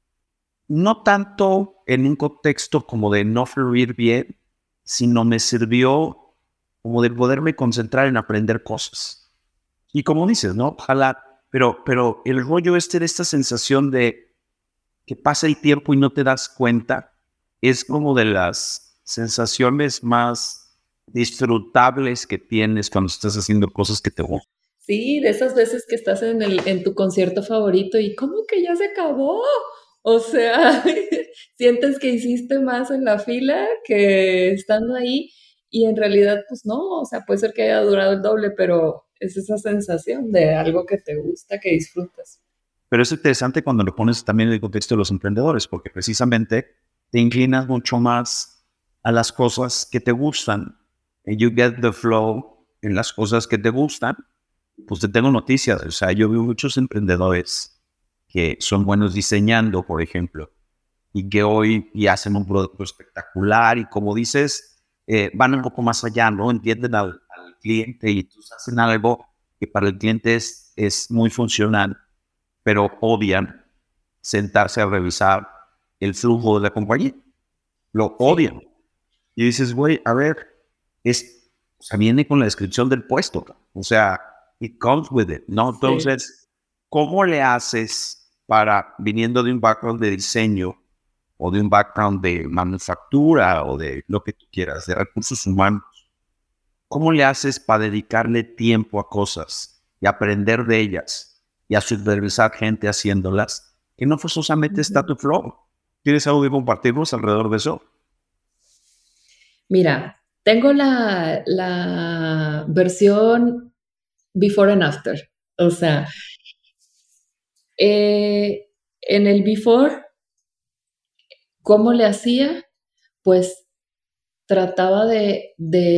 no tanto en un contexto como de no fluir bien, sino me sirvió como de poderme concentrar en aprender cosas. Y como dices, ¿no? Ojalá, pero, pero el rollo este de esta sensación de que pasa el tiempo y no te das cuenta, es como de las sensaciones más disfrutables que tienes cuando estás haciendo cosas que te gustan. sí, de esas veces que estás en, el, en tu concierto favorito y ¿cómo que ya se acabó? O sea, sientes que hiciste más en la fila que estando ahí y en realidad pues no, o sea, puede ser que haya durado el doble, pero es esa sensación de algo que te gusta, que disfrutas. Pero es interesante cuando lo pones también en el contexto de los emprendedores, porque precisamente te inclinas mucho más a las cosas que te gustan. And you get the flow en las cosas que te gustan. Pues te tengo noticias. O sea, yo veo muchos emprendedores que son buenos diseñando, por ejemplo, y que hoy y hacen un producto espectacular y como dices, eh, van un poco más allá, ¿no? Entienden al, al cliente y tú hacen algo que para el cliente es, es muy funcional, pero odian sentarse a revisar el flujo de la compañía. Lo odian. Sí. Y dices, güey, a ver, es, o sea, viene con la descripción del puesto. O sea, it comes with it, ¿no? Entonces, sí. ¿Cómo le haces para, viniendo de un background de diseño o de un background de manufactura o de lo que tú quieras, de recursos humanos, cómo le haces para dedicarle tiempo a cosas y aprender de ellas y a supervisar gente haciéndolas que no forzosamente está tu flow? ¿Tienes algo que compartirnos alrededor de eso? Mira, tengo la, la versión before and after. O sea, eh, en el before, ¿cómo le hacía? Pues trataba de,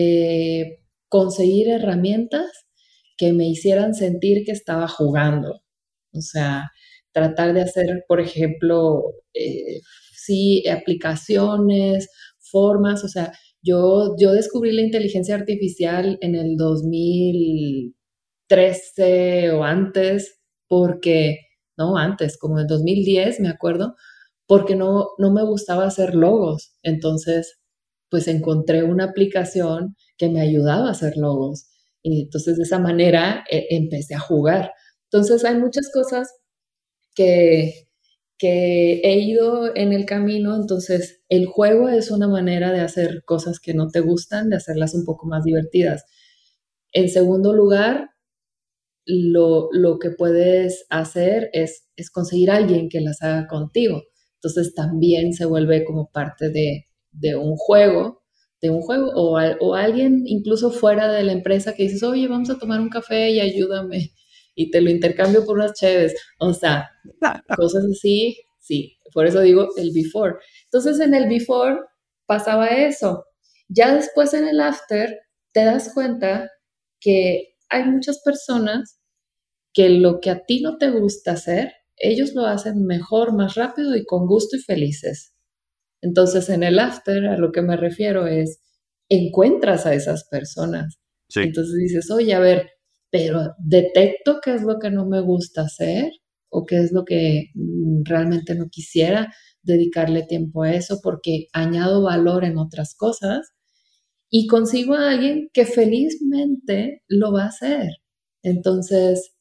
de conseguir herramientas que me hicieran sentir que estaba jugando. O sea, tratar de hacer, por ejemplo, eh, sí, aplicaciones, formas. O sea, yo, yo descubrí la inteligencia artificial en el dos mil trece o antes, porque, no, antes, como en dos mil diez, me acuerdo, porque no, no me gustaba hacer logos. Entonces, pues encontré una aplicación que me ayudaba a hacer logos. Y entonces de esa manera eh, empecé a jugar. Entonces hay muchas cosas que, que he ido en el camino. Entonces el juego es una manera de hacer cosas que no te gustan, de hacerlas un poco más divertidas. En segundo lugar, lo, lo que puedes hacer es, es conseguir a alguien que las haga contigo. Entonces también se vuelve como parte de, de un juego, de un juego, o, a, o alguien incluso fuera de la empresa que dices, oye, vamos a tomar un café y ayúdame, y te lo intercambio por unas cheves. O sea, cosas así, sí, por eso digo el before. Entonces en el before pasaba eso. Ya después en el after te das cuenta que hay muchas personas que lo que a ti no te gusta hacer, ellos lo hacen mejor, más rápido y con gusto y felices. Entonces, en el after, a lo que me refiero es, encuentras a esas personas. Sí. Entonces dices, oye, a ver, pero detecto qué es lo que no me gusta hacer o qué es lo que mm, realmente no quisiera dedicarle tiempo a eso porque añado valor en otras cosas y consigo a alguien que felizmente lo va a hacer. Entonces,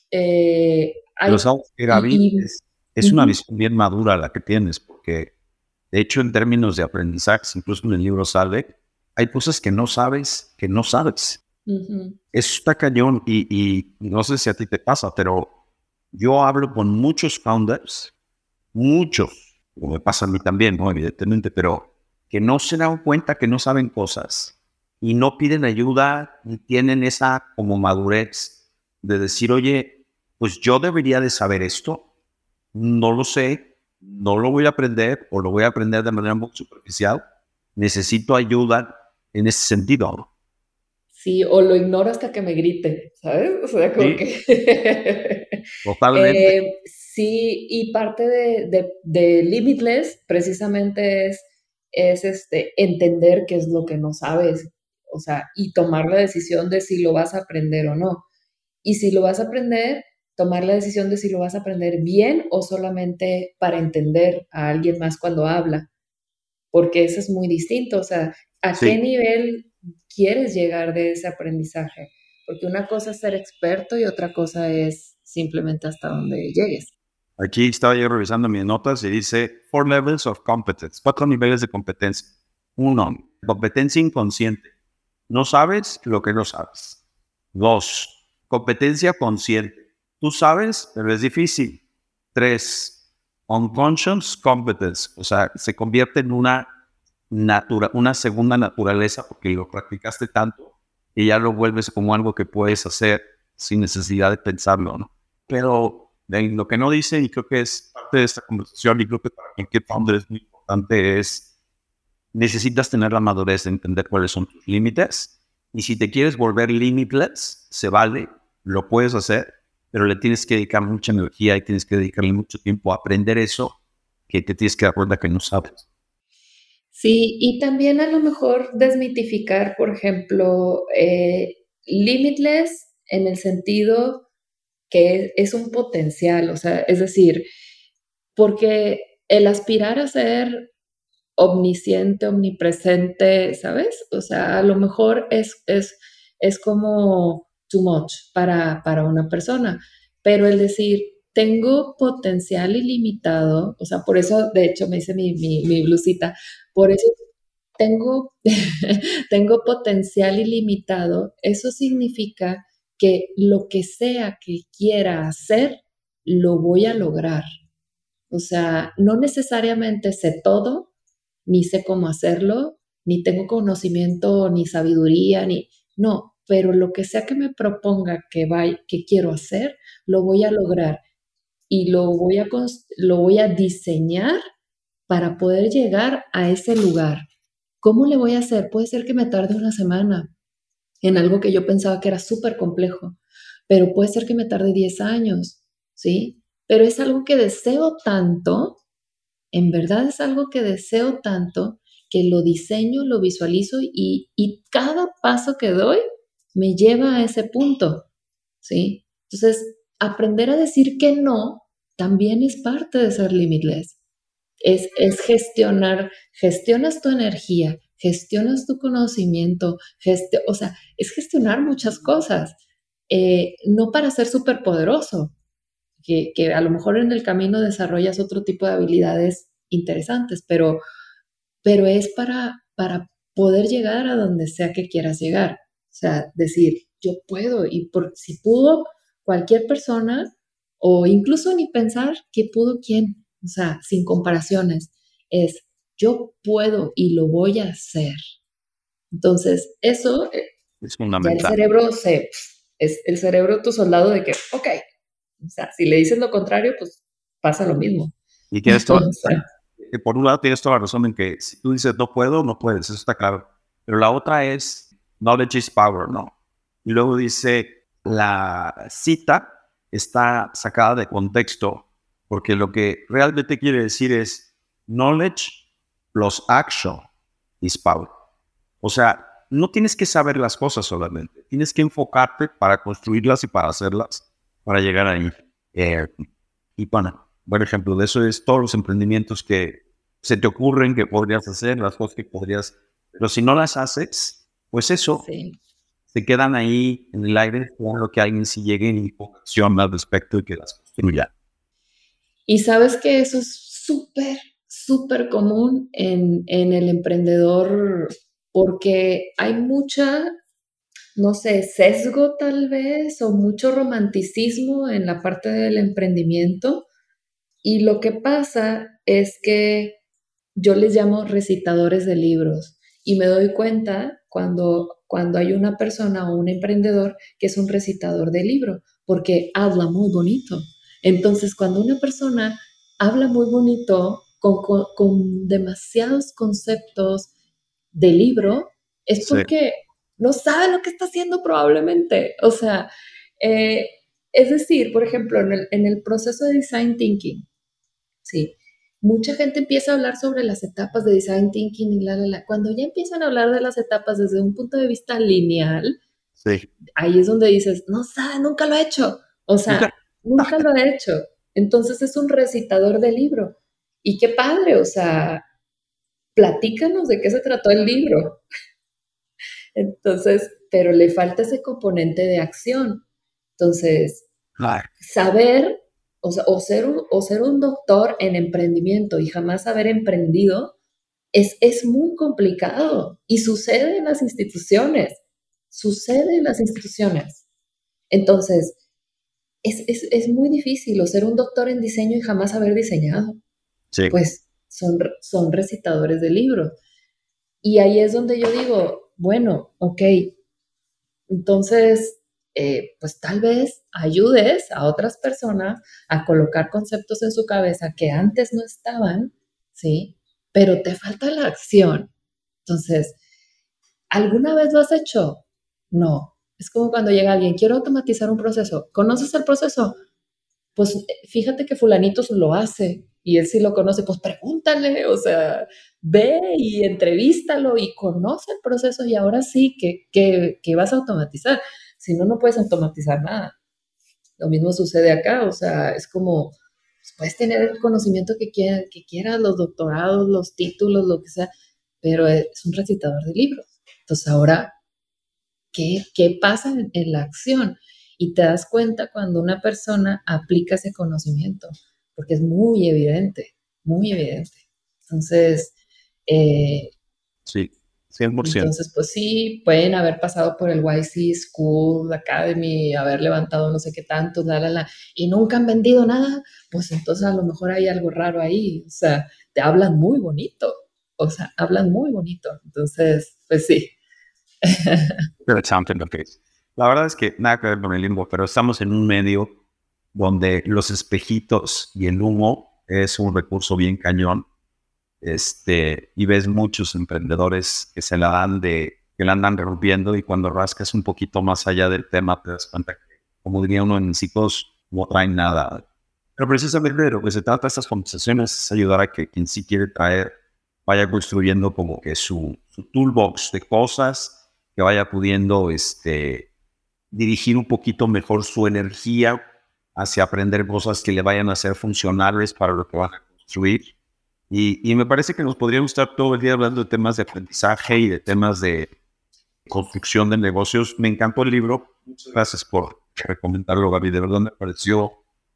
eh, hay... Pero, Gaby, y, es, es uh-huh. una visión bien madura la que tienes, porque de hecho en términos de aprendizaje, incluso en el libro sale, hay cosas que no sabes, que no sabes. Uh-huh. Eso está cañón y, y no sé si a ti te pasa, pero yo hablo con muchos founders, muchos, como me pasa a mí también, ¿no? Evidentemente, pero que no se dan cuenta que no saben cosas y no piden ayuda y tienen esa como madurez de decir, oye, pues yo debería de saber esto, no lo sé, no lo voy a aprender o lo voy a aprender de manera muy superficial, necesito ayuda en ese sentido, ¿no? Sí, o lo ignoro hasta que me grite, ¿sabes? O sea, como sí. que... Totalmente. Eh, sí, y parte de, de, de Limitless precisamente es, es este, entender qué es lo que no sabes, o sea, y tomar la decisión de si lo vas a aprender o no. Y si lo vas a aprender, tomar la decisión de si lo vas a aprender bien o solamente para entender a alguien más cuando habla, porque eso es muy distinto, o sea, ¿a sí. qué nivel quieres llegar de ese aprendizaje? Porque una cosa es ser experto y otra cosa es simplemente hasta donde llegues. Aquí estaba yo revisando mis notas y dice four levels of competence, cuatro niveles de competencia. Uno, competencia inconsciente. No sabes lo que no sabes. Dos, competencia consciente. Tú sabes, pero es difícil. Tres, unconscious competence. O sea, se convierte en una, natura, una segunda naturaleza porque lo practicaste tanto y ya lo vuelves como algo que puedes hacer sin necesidad de pensarlo, ¿no? Pero de lo que no dice, y creo que es parte de esta conversación, y creo que para cualquier founder es muy importante, es necesitas tener la madurez de entender cuáles son tus límites. Y si te quieres volver limitless, se vale, lo puedes hacer, pero le tienes que dedicar mucha energía y tienes que dedicarle mucho tiempo a aprender eso que te tienes que dar cuenta que no sabes. Sí, y también a lo mejor desmitificar, por ejemplo, eh, limitless en el sentido que es, es un potencial, o sea, es decir, porque el aspirar a ser omnisciente, omnipresente, ¿sabes? O sea, a lo mejor es, es, es como too much para, para una persona, pero el decir, tengo potencial ilimitado, o sea, por eso, de hecho, me hice mi, mi, mi blusita, por eso tengo, tengo potencial ilimitado, eso significa que lo que sea que quiera hacer, lo voy a lograr. O sea, no necesariamente sé todo, ni sé cómo hacerlo, ni tengo conocimiento, ni sabiduría, ni... No, pero lo que sea que me proponga que, vaya, que quiero hacer, lo voy a lograr y lo voy a, lo voy a diseñar para poder llegar a ese lugar. ¿Cómo le voy a hacer? Puede ser que me tarde una semana en algo que yo pensaba que era súper complejo, pero puede ser que me tarde diez años, ¿sí? Pero es algo que deseo tanto, en verdad es algo que deseo tanto, que lo diseño, lo visualizo y, y cada paso que doy me lleva a ese punto, ¿sí? Entonces, aprender a decir que no también es parte de ser limitless. Es, es gestionar, gestionas tu energía, gestionas tu conocimiento, gestio, o sea, es gestionar muchas cosas, eh, no para ser súper poderoso, que, que a lo mejor en el camino desarrollas otro tipo de habilidades interesantes, pero, pero es para, para poder llegar a donde sea que quieras llegar. O sea, decir, yo puedo, y por, si pudo cualquier persona, o incluso ni pensar que pudo quién, o sea, sin comparaciones, es yo puedo y lo voy a hacer. Entonces, eso, eh, Es ya el fundamental. cerebro se, es el cerebro tu soldado de que, ok, o sea, si le dices lo contrario, pues pasa lo mismo. Y tienes toda, O sea, eh, por un lado tienes toda la razón en que si tú dices no puedo, no puedes, eso está claro. Pero la otra es knowledge is power, ¿no? Y luego dice, la cita está sacada de contexto, porque lo que realmente quiere decir es knowledge plus action is power. O sea, no tienes que saber las cosas solamente, tienes que enfocarte para construirlas y para hacerlas, para llegar ahí. Eh, y bueno, buen ejemplo de eso es todos los emprendimientos que se te ocurren que podrías hacer, las cosas que podrías, pero si no las haces, pues eso, sí. se quedan ahí en el aire, esperando que alguien sí llegue y ponga acción al respecto y que las construya. Y sabes que eso es súper, súper común en, en el emprendedor porque hay mucha, no sé, sesgo tal vez o mucho romanticismo en la parte del emprendimiento. Y lo que pasa es que yo les llamo recitadores de libros y me doy cuenta cuando, cuando hay una persona o un emprendedor que es un recitador de libro, porque habla muy bonito. Entonces, cuando una persona habla muy bonito, con, con, con demasiados conceptos de libro, es Sí, porque no sabe lo que está haciendo probablemente. O sea, eh, es decir, por ejemplo, en el, en el proceso de design thinking, sí. Mucha gente empieza a hablar sobre las etapas de design thinking y la, la, la. Cuando ya empiezan a hablar de las etapas desde un punto de vista lineal, sí. ahí es donde dices, no sabe, nunca lo he hecho. O sea, Nunca- nunca lo he hecho. Entonces es un recitador de libro. Y qué padre, o sea, platícanos de qué se trató el libro. Entonces, pero le falta ese componente de acción. Entonces, Ay, saber, o sea, o ser un, o ser un doctor en emprendimiento y jamás haber emprendido es, es muy complicado y sucede en las instituciones, sucede en las instituciones. Entonces, es, es, es muy difícil o ser un doctor en diseño y jamás haber diseñado. sí, Pues son, son recitadores de libros. Y ahí es donde yo digo, bueno, ok, entonces, eh, pues tal vez ayudes a otras personas a colocar conceptos en su cabeza que antes no estaban, ¿sí? Pero te falta la acción. Entonces, ¿alguna vez lo has hecho? No. Es como cuando llega alguien, quiero automatizar un proceso. ¿Conoces el proceso? Pues fíjate que fulanito lo hace. y él sí lo conoce, pues pregúntale, o sea, ve y entrevístalo y conoce el proceso y ahora sí que, que, que vas a automatizar. Si no, no puedes automatizar nada. Lo mismo sucede acá, o sea, es como, pues puedes tener el conocimiento que quieras, que quieras, los doctorados, los títulos, lo que sea, pero es un recitador de libros. Entonces ahora, ¿qué, qué pasa en, en la acción? Y te das cuenta cuando una persona aplica ese conocimiento, porque es muy evidente, muy evidente. Entonces, eh, Sí, cien por ciento. entonces, pues sí, pueden haber pasado por el Y C School Academy, haber levantado no sé qué tanto, la, la, la, y nunca han vendido nada, pues entonces a lo mejor hay algo raro ahí. O sea, te hablan muy bonito, o sea, hablan muy bonito. Entonces, pues sí. Interesante lo que es. La verdad es que nada que ver con el limbo, pero estamos en un medio donde los espejitos y el humo es un recurso bien cañón. Este, y ves muchos emprendedores que se la dan de, que la andan rompiendo, y cuando rascas un poquito más allá del tema te das cuenta que, como diría uno en psicos, no traen nada. Pero precisamente de lo que se trata de estas conversaciones es ayudar a que quien sí quiere traer vaya construyendo como que su, su toolbox de cosas, que vaya pudiendo este, dirigir un poquito mejor su energía hacia aprender cosas que le vayan a ser funcionales para lo que van a construir. Y, y me parece que nos podríamos estar todo el día hablando de temas de aprendizaje y de temas de construcción de negocios. Me encantó el libro. Muchas gracias por recomendarlo, Gaby. De verdad me pareció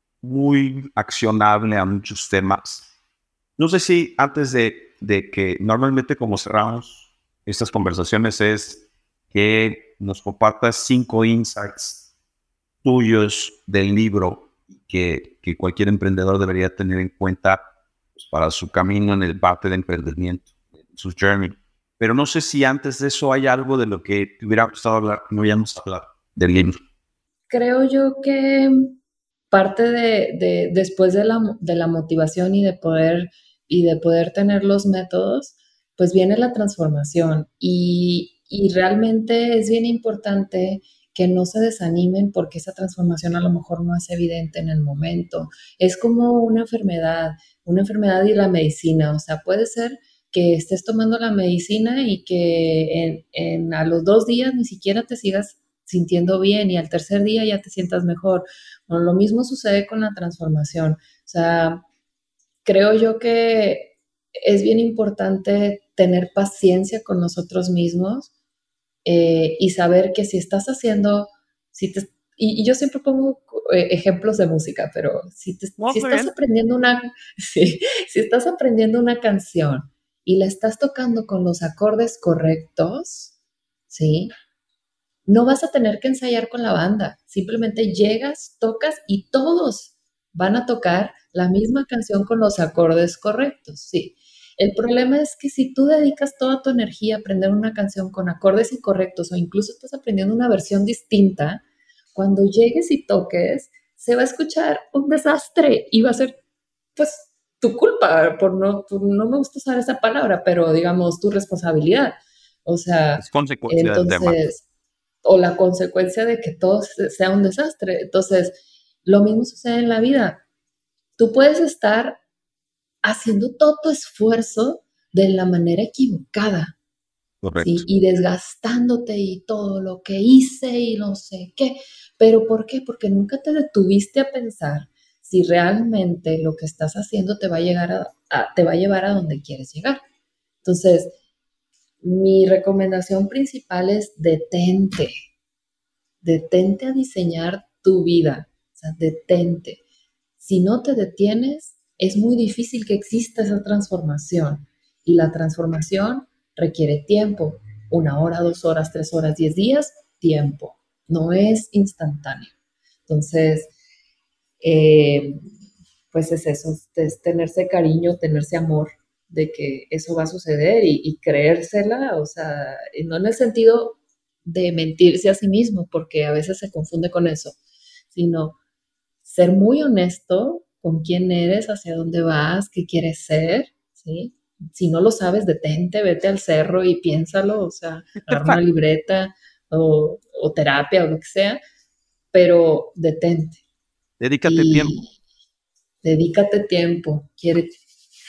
muy accionable a muchos temas. No sé si antes de, de que normalmente como cerramos estas conversaciones es que nos compartas cinco insights tuyos del libro que, que cualquier emprendedor debería tener en cuenta pues, para su camino en el parte de emprendimiento, su journey. Pero no sé si antes de eso hay algo de lo que te hubiera gustado hablar, no hayamos hablado del libro. Creo yo que parte de, de después de la, de la motivación y de poder y de poder tener los métodos, pues viene la transformación y, y realmente es bien importante que no se desanimen porque esa transformación a lo mejor no es evidente en el momento. Es como una enfermedad, una enfermedad y la medicina, o sea, puede ser que estés tomando la medicina y que en, en, a los dos días ni siquiera te sigas sintiendo bien y al tercer día ya te sientas mejor. Bueno, lo mismo sucede con la transformación. O sea, creo yo que es bien importante tener paciencia con nosotros mismos eh, y saber que si estás haciendo, si te, y, y yo siempre pongo eh, ejemplos de música, pero si, te, si estás aprendiendo una, si, si estás aprendiendo una canción y la estás tocando con los acordes correctos, ¿sí? No vas a tener que ensayar con la banda, simplemente llegas, tocas y todos van a tocar la misma canción con los acordes correctos, sí. El problema es que si tú dedicas toda tu energía a aprender una canción con acordes incorrectos o incluso estás aprendiendo una versión distinta, cuando llegues y toques, se va a escuchar un desastre y va a ser, pues, tu culpa, por no, por, no me gusta usar esa palabra, pero digamos, tu responsabilidad. O sea, Es consecuencia del tema. entonces o la consecuencia de que todo sea un desastre. Entonces, lo mismo sucede en la vida. Tú puedes estar haciendo todo tu esfuerzo de la manera equivocada, Correcto. ¿sí? Y desgastándote y todo lo que hice y no sé qué. ¿Pero por qué? Porque nunca te detuviste a pensar si realmente lo que estás haciendo te va a, llegar a, a, te va a llevar a donde quieres llegar. Entonces, mi recomendación principal es detente. Detente a diseñar tu vida, o sea, detente. Si no te detienes, es muy difícil que exista esa transformación y la transformación requiere tiempo, una hora, dos horas, tres horas, diez días, tiempo, no es instantáneo. Entonces, eh, pues es eso, es tenerse cariño, tenerse amor de que eso va a suceder y, y creérsela, o sea, no en el sentido de mentirse a sí mismo, porque a veces se confunde con eso, sino ser muy honesto con quién eres, hacia dónde vas, qué quieres ser, ¿sí? Si no lo sabes, detente, vete al cerro y piénsalo, o sea, agarra una libreta o, o terapia o lo que sea, pero detente. Dedícate tiempo. Y dedícate tiempo, quiérete.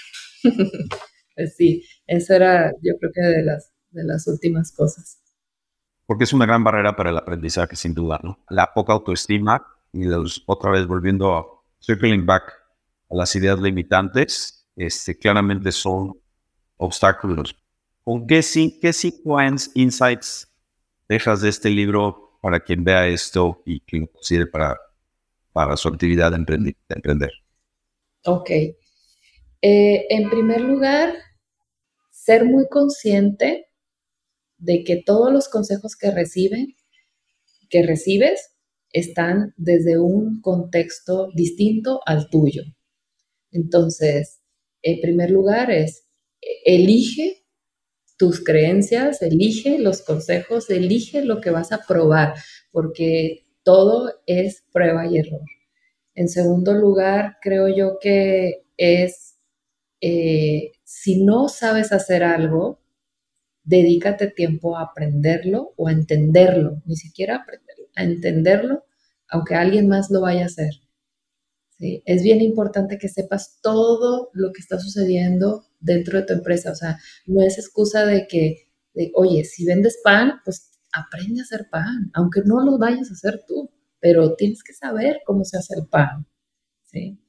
Pues sí, eso era yo creo que de las, de las últimas cosas. Porque es una gran barrera para el aprendizaje, sin duda, ¿no? La poca autoestima y los, otra vez volviendo a circling back a las ideas limitantes, este, claramente son obstáculos. ¿Con qué, qué cinco insights dejas de este libro para quien vea esto y que lo considere para, para su actividad de, emprendi- de emprender? Ok. Eh, en primer lugar, ser muy consciente de que todos los consejos que reciben, que recibes están desde un contexto distinto al tuyo. Entonces, en primer lugar es, elige tus creencias, elige los consejos, elige lo que vas a probar, porque todo es prueba y error. En segundo lugar, creo yo que es, eh, si no sabes hacer algo, dedícate tiempo a aprenderlo o a entenderlo, ni siquiera a aprenderlo, a entenderlo, aunque alguien más lo vaya a hacer. ¿Sí? Es bien importante que sepas todo lo que está sucediendo dentro de tu empresa. O sea, no es excusa de que, de, oye, si vendes pan, pues aprende a hacer pan, aunque no lo vayas a hacer tú, pero tienes que saber cómo se hace el pan. ¿Sí?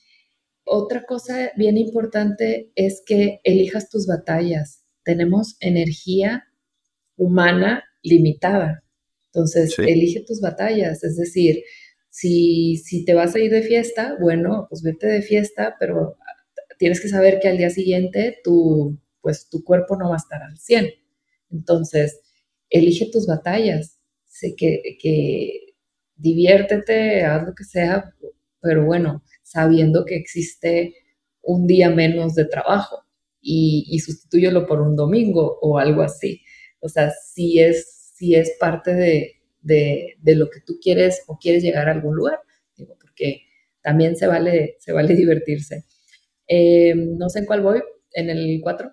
Otra cosa bien importante es que elijas tus batallas. Tenemos energía humana limitada. Entonces, Sí. elige tus batallas. Es decir, si, si te vas a ir de fiesta, bueno, pues vete de fiesta, pero tienes que saber que al día siguiente tu, pues, tu cuerpo no va a estar al cien. Entonces, elige tus batallas. Sé que, que diviértete, haz lo que sea, pero bueno, sabiendo que existe un día menos de trabajo y, y sustitúyelo por un domingo o algo así. O sea, sí es, sí es parte de, de, de lo que tú quieres o quieres llegar a algún lugar, digo, porque también se vale, se vale divertirse. Eh, no sé en cuál voy, en el cuatro.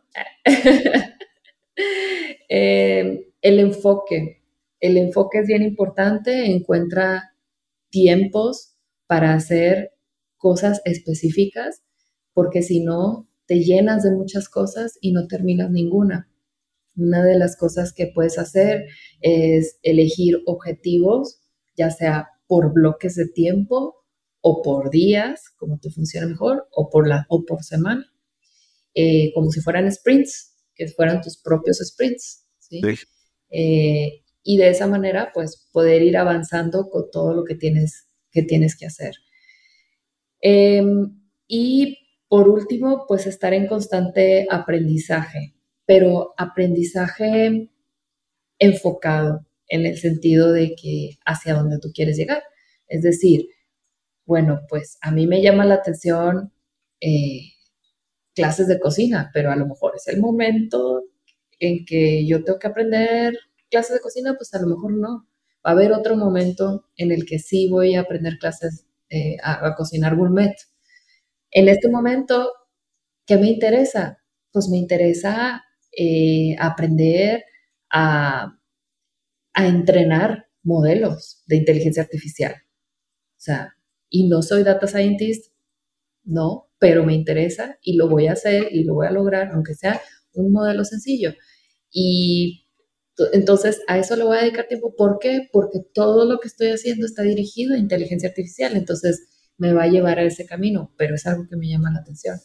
eh, el enfoque. El enfoque es bien importante, encuentra tiempos para hacer cosas específicas, porque si no, te llenas de muchas cosas y no terminas ninguna. Una de las cosas que puedes hacer es elegir objetivos, ya sea por bloques de tiempo o por días, como te funciona mejor, o por, la, o por semana, eh, como si fueran sprints, que fueran tus propios sprints, ¿sí? Sí. Eh, y de esa manera, pues, poder ir avanzando con todo lo que tienes que, tienes que hacer. Eh, y por último, pues, estar en constante aprendizaje, pero aprendizaje enfocado en el sentido de que hacia dónde tú quieres llegar. Es decir, bueno, pues a mí me llama la atención eh, clases de cocina, pero a lo mejor es el momento en que yo tengo que aprender clases de cocina, pues a lo mejor no. Va a haber otro momento en el que sí voy a aprender clases eh, a, a cocinar gourmet. En este momento, ¿qué me interesa? Pues me interesa eh, aprender a, a entrenar modelos de inteligencia artificial. O sea, y no soy data scientist, no, pero me interesa y lo voy a hacer y lo voy a lograr, aunque sea un modelo sencillo. Y entonces a eso le voy a dedicar tiempo. ¿Por qué? Porque todo lo que estoy haciendo está dirigido a inteligencia artificial, entonces me va a llevar a ese camino, pero es algo que me llama la atención.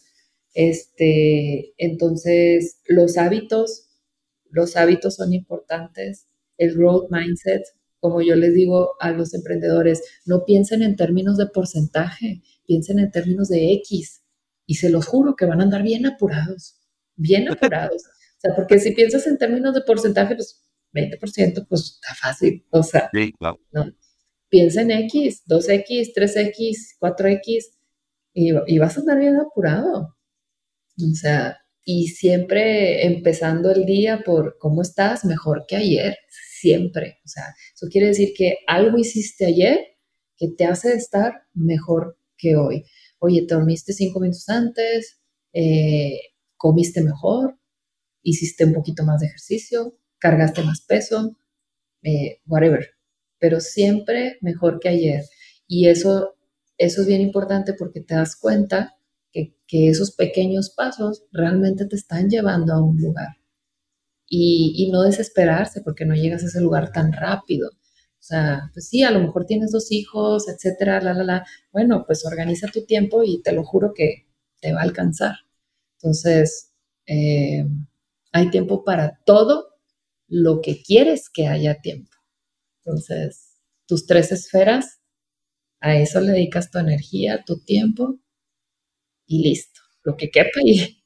Este, entonces, los hábitos, los hábitos son importantes, el growth mindset, como yo les digo a los emprendedores, no piensen en términos de porcentaje, piensen en términos de X, y se los juro que van a andar bien apurados, bien apurados. O sea, porque si piensas en términos de porcentaje, pues veinte por ciento, pues está fácil, o sea, Sí, claro. ¿no? Piensa en X, dos X, tres X, cuatro X, y, y vas a andar bien apurado. O sea, y siempre empezando el día por cómo estás mejor que ayer, siempre. O sea, eso quiere decir que algo hiciste ayer que te hace estar mejor que hoy. Oye, te dormiste cinco minutos antes, eh, comiste mejor, hiciste un poquito más de ejercicio, cargaste más peso, eh, whatever. Pero siempre mejor que ayer. Y eso eso es bien importante porque te das cuenta que, que esos pequeños pasos realmente te están llevando a un lugar. Y, y no desesperarse porque no llegas a ese lugar tan rápido. O sea, pues sí, a lo mejor tienes dos hijos, etcétera, la, la, la. Bueno, pues organiza tu tiempo y te lo juro que te va a alcanzar. Entonces, eh, hay tiempo para todo lo que quieres que haya tiempo. Entonces, tus tres esferas, a eso le dedicas tu energía, tu tiempo y listo. Lo que quepa y...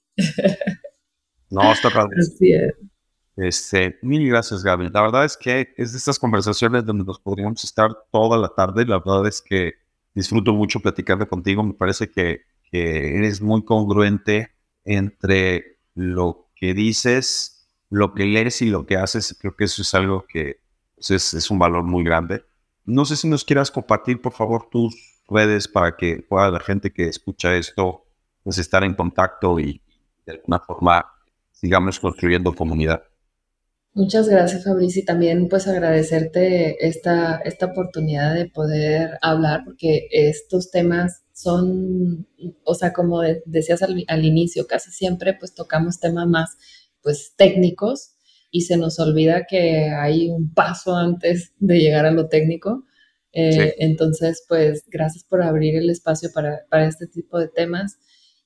No, está padre. Así es. Este, mil gracias, Gaby. La verdad es que es de estas conversaciones donde nos podríamos estar toda la tarde. La verdad es que disfruto mucho platicando contigo. Me parece que, que eres muy congruente entre lo que dices, lo que lees y lo que haces. Creo que eso es algo que pues, es, es un valor muy grande. No sé si nos quieras compartir, por favor, tus redes para que pueda la gente que escucha esto pues estar en contacto y de alguna forma sigamos construyendo comunidad. Muchas gracias, Fabricio, y también pues agradecerte esta, esta oportunidad de poder hablar, porque estos temas son, o sea, como de- decías al, al inicio, casi siempre pues tocamos temas más pues técnicos y se nos olvida que hay un paso antes de llegar a lo técnico. Sí. Eh, entonces, pues gracias por abrir el espacio para, para este tipo de temas.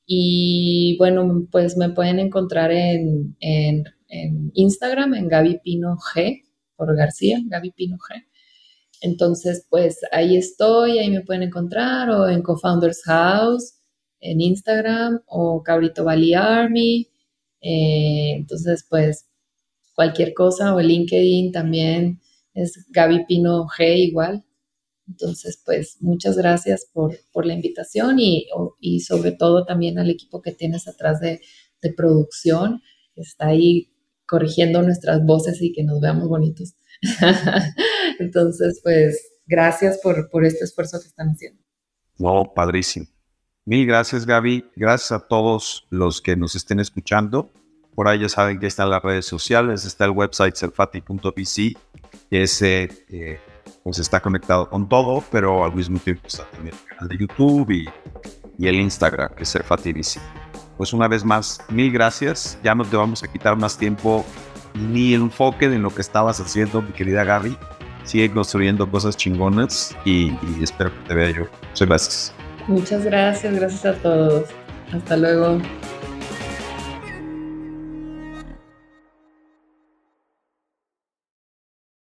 Y bueno, pues me pueden encontrar en, en, en Instagram, en Gaby Pino G, por García, Gaby Pino G. Entonces, pues ahí estoy, ahí me pueden encontrar, o en Cofounders House, en Instagram, o Cabrito Valley Army. Eh, entonces, pues cualquier cosa, o el LinkedIn también es Gaby Pino G igual. Entonces, pues muchas gracias por, por la invitación y, o- y sobre todo también al equipo que tienes atrás de, de producción, que está ahí corrigiendo nuestras voces y que nos veamos bonitos. Entonces, pues gracias por, por este esfuerzo que están haciendo. No, padrísimo. Mil gracias, Gaby. Gracias a todos los que nos estén escuchando. Por ahí ya saben que están las redes sociales, está el website selfati punto v c, que ese eh, pues está conectado con todo, pero al mismo tiempo está también el canal de YouTube y, y el Instagram, que es Selfati V C. Pues una vez más, mil gracias. Ya no te vamos a quitar más tiempo ni el enfoque de lo que estabas haciendo, mi querida Gaby. Sigue construyendo cosas chingonas y, y espero que te vea yo. Muchas gracias. Muchas gracias, gracias a todos. Hasta luego.